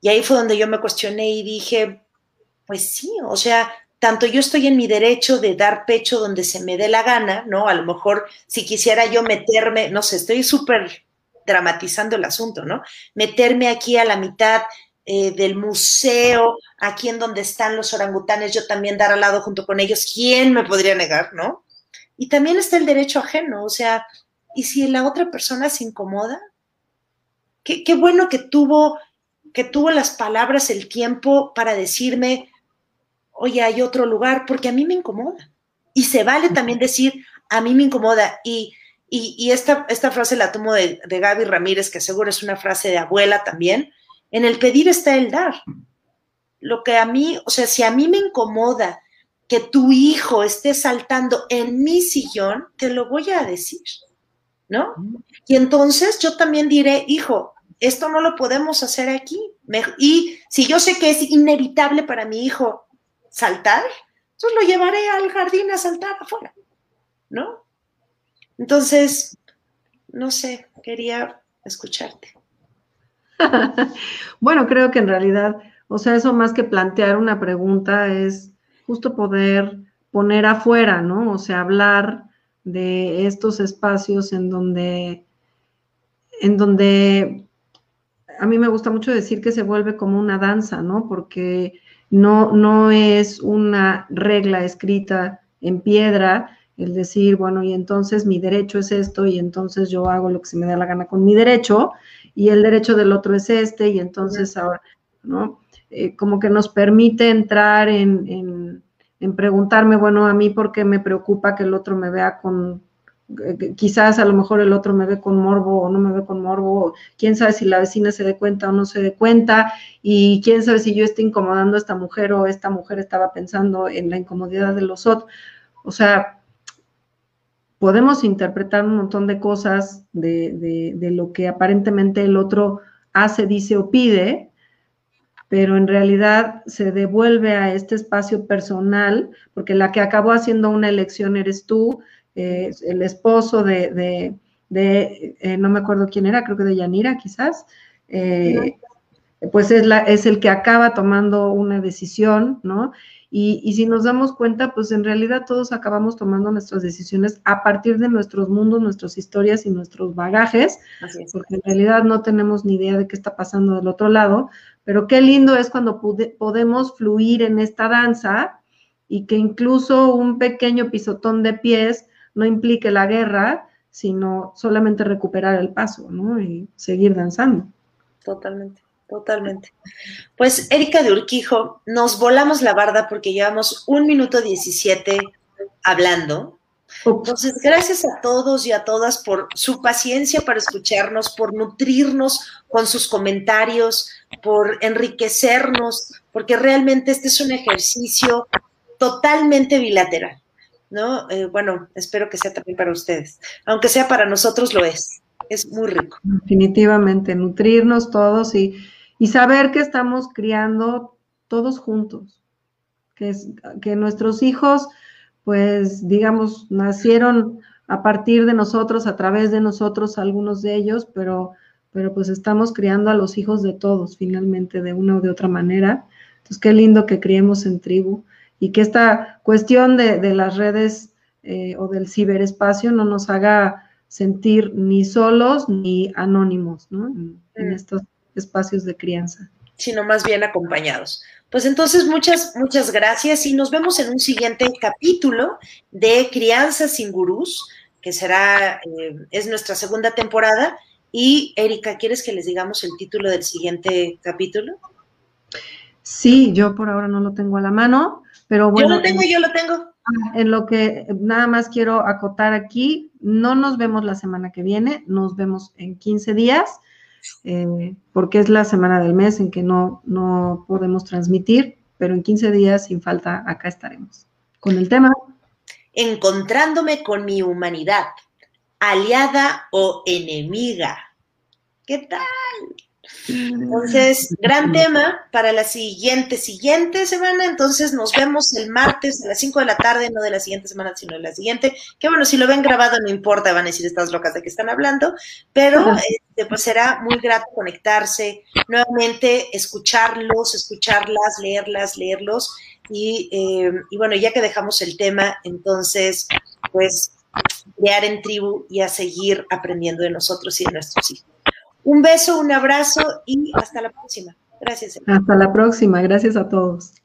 Y ahí fue donde yo me cuestioné y dije, pues sí, o sea, tanto yo estoy en mi derecho de dar pecho donde se me dé la gana, ¿no? A lo mejor si quisiera yo meterme, no sé, estoy súper dramatizando el asunto, ¿no? Meterme aquí a la mitad del museo, aquí en donde están los orangutanes, yo también dar al lado junto con ellos, ¿quién me podría negar, no? Y también está el derecho ajeno, o sea, ¿y si la otra persona se incomoda? Qué bueno que tuvo las palabras, el tiempo para decirme, oye, hay otro lugar, porque a mí me incomoda. Y se vale también decir, a mí me incomoda. Y esta frase la tomo de Gaby Ramírez, que seguro es una frase de abuela también. En el pedir está el dar. Lo que a mí, o sea, si a mí me incomoda que tu hijo esté saltando en mi sillón, te lo voy a decir, ¿no? Y entonces yo también diré, hijo, esto no lo podemos hacer aquí. Y si yo sé que es inevitable para mi hijo saltar, entonces lo llevaré al jardín a saltar afuera, ¿no? Entonces, no sé, quería escucharte. Bueno, creo que en realidad, o sea, eso más que plantear una pregunta es justo poder poner afuera, ¿no? O sea, hablar de estos espacios en donde a mí me gusta mucho decir que se vuelve como una danza, ¿no? Porque no es una regla escrita en piedra el decir, bueno, y entonces mi derecho es esto, y entonces yo hago lo que se me da la gana con mi derecho, y el derecho del otro es este, y entonces ahora, ¿no? Como que nos permite entrar en preguntarme, bueno, a mí por qué me preocupa que el otro me vea con quizás a lo mejor el otro me ve con morbo o no me ve con morbo, quién sabe si la vecina se dé cuenta o no se dé cuenta, y quién sabe si yo estoy incomodando a esta mujer o esta mujer estaba pensando en la incomodidad de los otros. O sea, podemos interpretar un montón de cosas de lo que aparentemente el otro hace, dice o pide, pero en realidad se devuelve a este espacio personal, porque la que acabó haciendo una elección eres tú, el esposo no me acuerdo quién era, creo que de Yanira quizás, pues es el que acaba tomando una decisión, ¿no? Y si nos damos cuenta, pues en realidad todos acabamos tomando nuestras decisiones a partir de nuestros mundos, nuestras historias y nuestros bagajes, porque en realidad no tenemos ni idea de qué está pasando del otro lado, pero qué lindo es cuando podemos fluir en esta danza y que incluso un pequeño pisotón de pies no implique la guerra, sino solamente recuperar el paso, ¿no? Y seguir danzando. Totalmente, totalmente. Pues Erika de Urquijo, nos volamos la barda porque llevamos 1:17 hablando. Entonces, gracias a todos y a todas por su paciencia para escucharnos, por nutrirnos con sus comentarios, por enriquecernos, porque realmente este es un ejercicio totalmente bilateral, ¿no? Bueno, espero que sea también para ustedes, aunque sea para nosotros lo es muy rico. Definitivamente, nutrirnos todos y saber que estamos criando todos juntos, que nuestros hijos, pues, digamos, nacieron a partir de nosotros, a través de nosotros, algunos de ellos, pero pues estamos criando a los hijos de todos, finalmente, de una o de otra manera. Entonces, qué lindo que criemos en tribu y que esta cuestión de las redes o del ciberespacio no nos haga sentir ni solos ni anónimos, ¿no? En estos espacios de crianza. Sino más bien acompañados. Pues entonces, muchas gracias y nos vemos en un siguiente capítulo de Crianza sin Gurús, que será, es nuestra segunda temporada. Y, Erika, ¿quieres que les digamos el título del siguiente capítulo? Sí, yo por ahora no lo tengo a la mano, pero bueno. Yo lo tengo. En lo que nada más quiero acotar aquí, no nos vemos la semana que viene, nos vemos en 15 días, porque es la semana del mes en que no podemos transmitir, pero en 15 días, sin falta, acá estaremos. Con el tema: encontrándome con mi humanidad, aliada o enemiga. ¿Qué tal? Entonces, gran tema para la siguiente semana. Entonces, nos vemos el martes a las 5 de la tarde, no de la siguiente semana, sino de la siguiente. Que bueno, si lo ven grabado no importa, van a decir estas locas de qué están hablando, pero pues será muy grato conectarse, nuevamente escucharlos, escucharlas, leerlos. Y bueno, ya que dejamos el tema, entonces, pues, crear en tribu y a seguir aprendiendo de nosotros y de nuestros hijos. Un beso, un abrazo y hasta la próxima. Gracias. Hasta la próxima. Gracias a todos.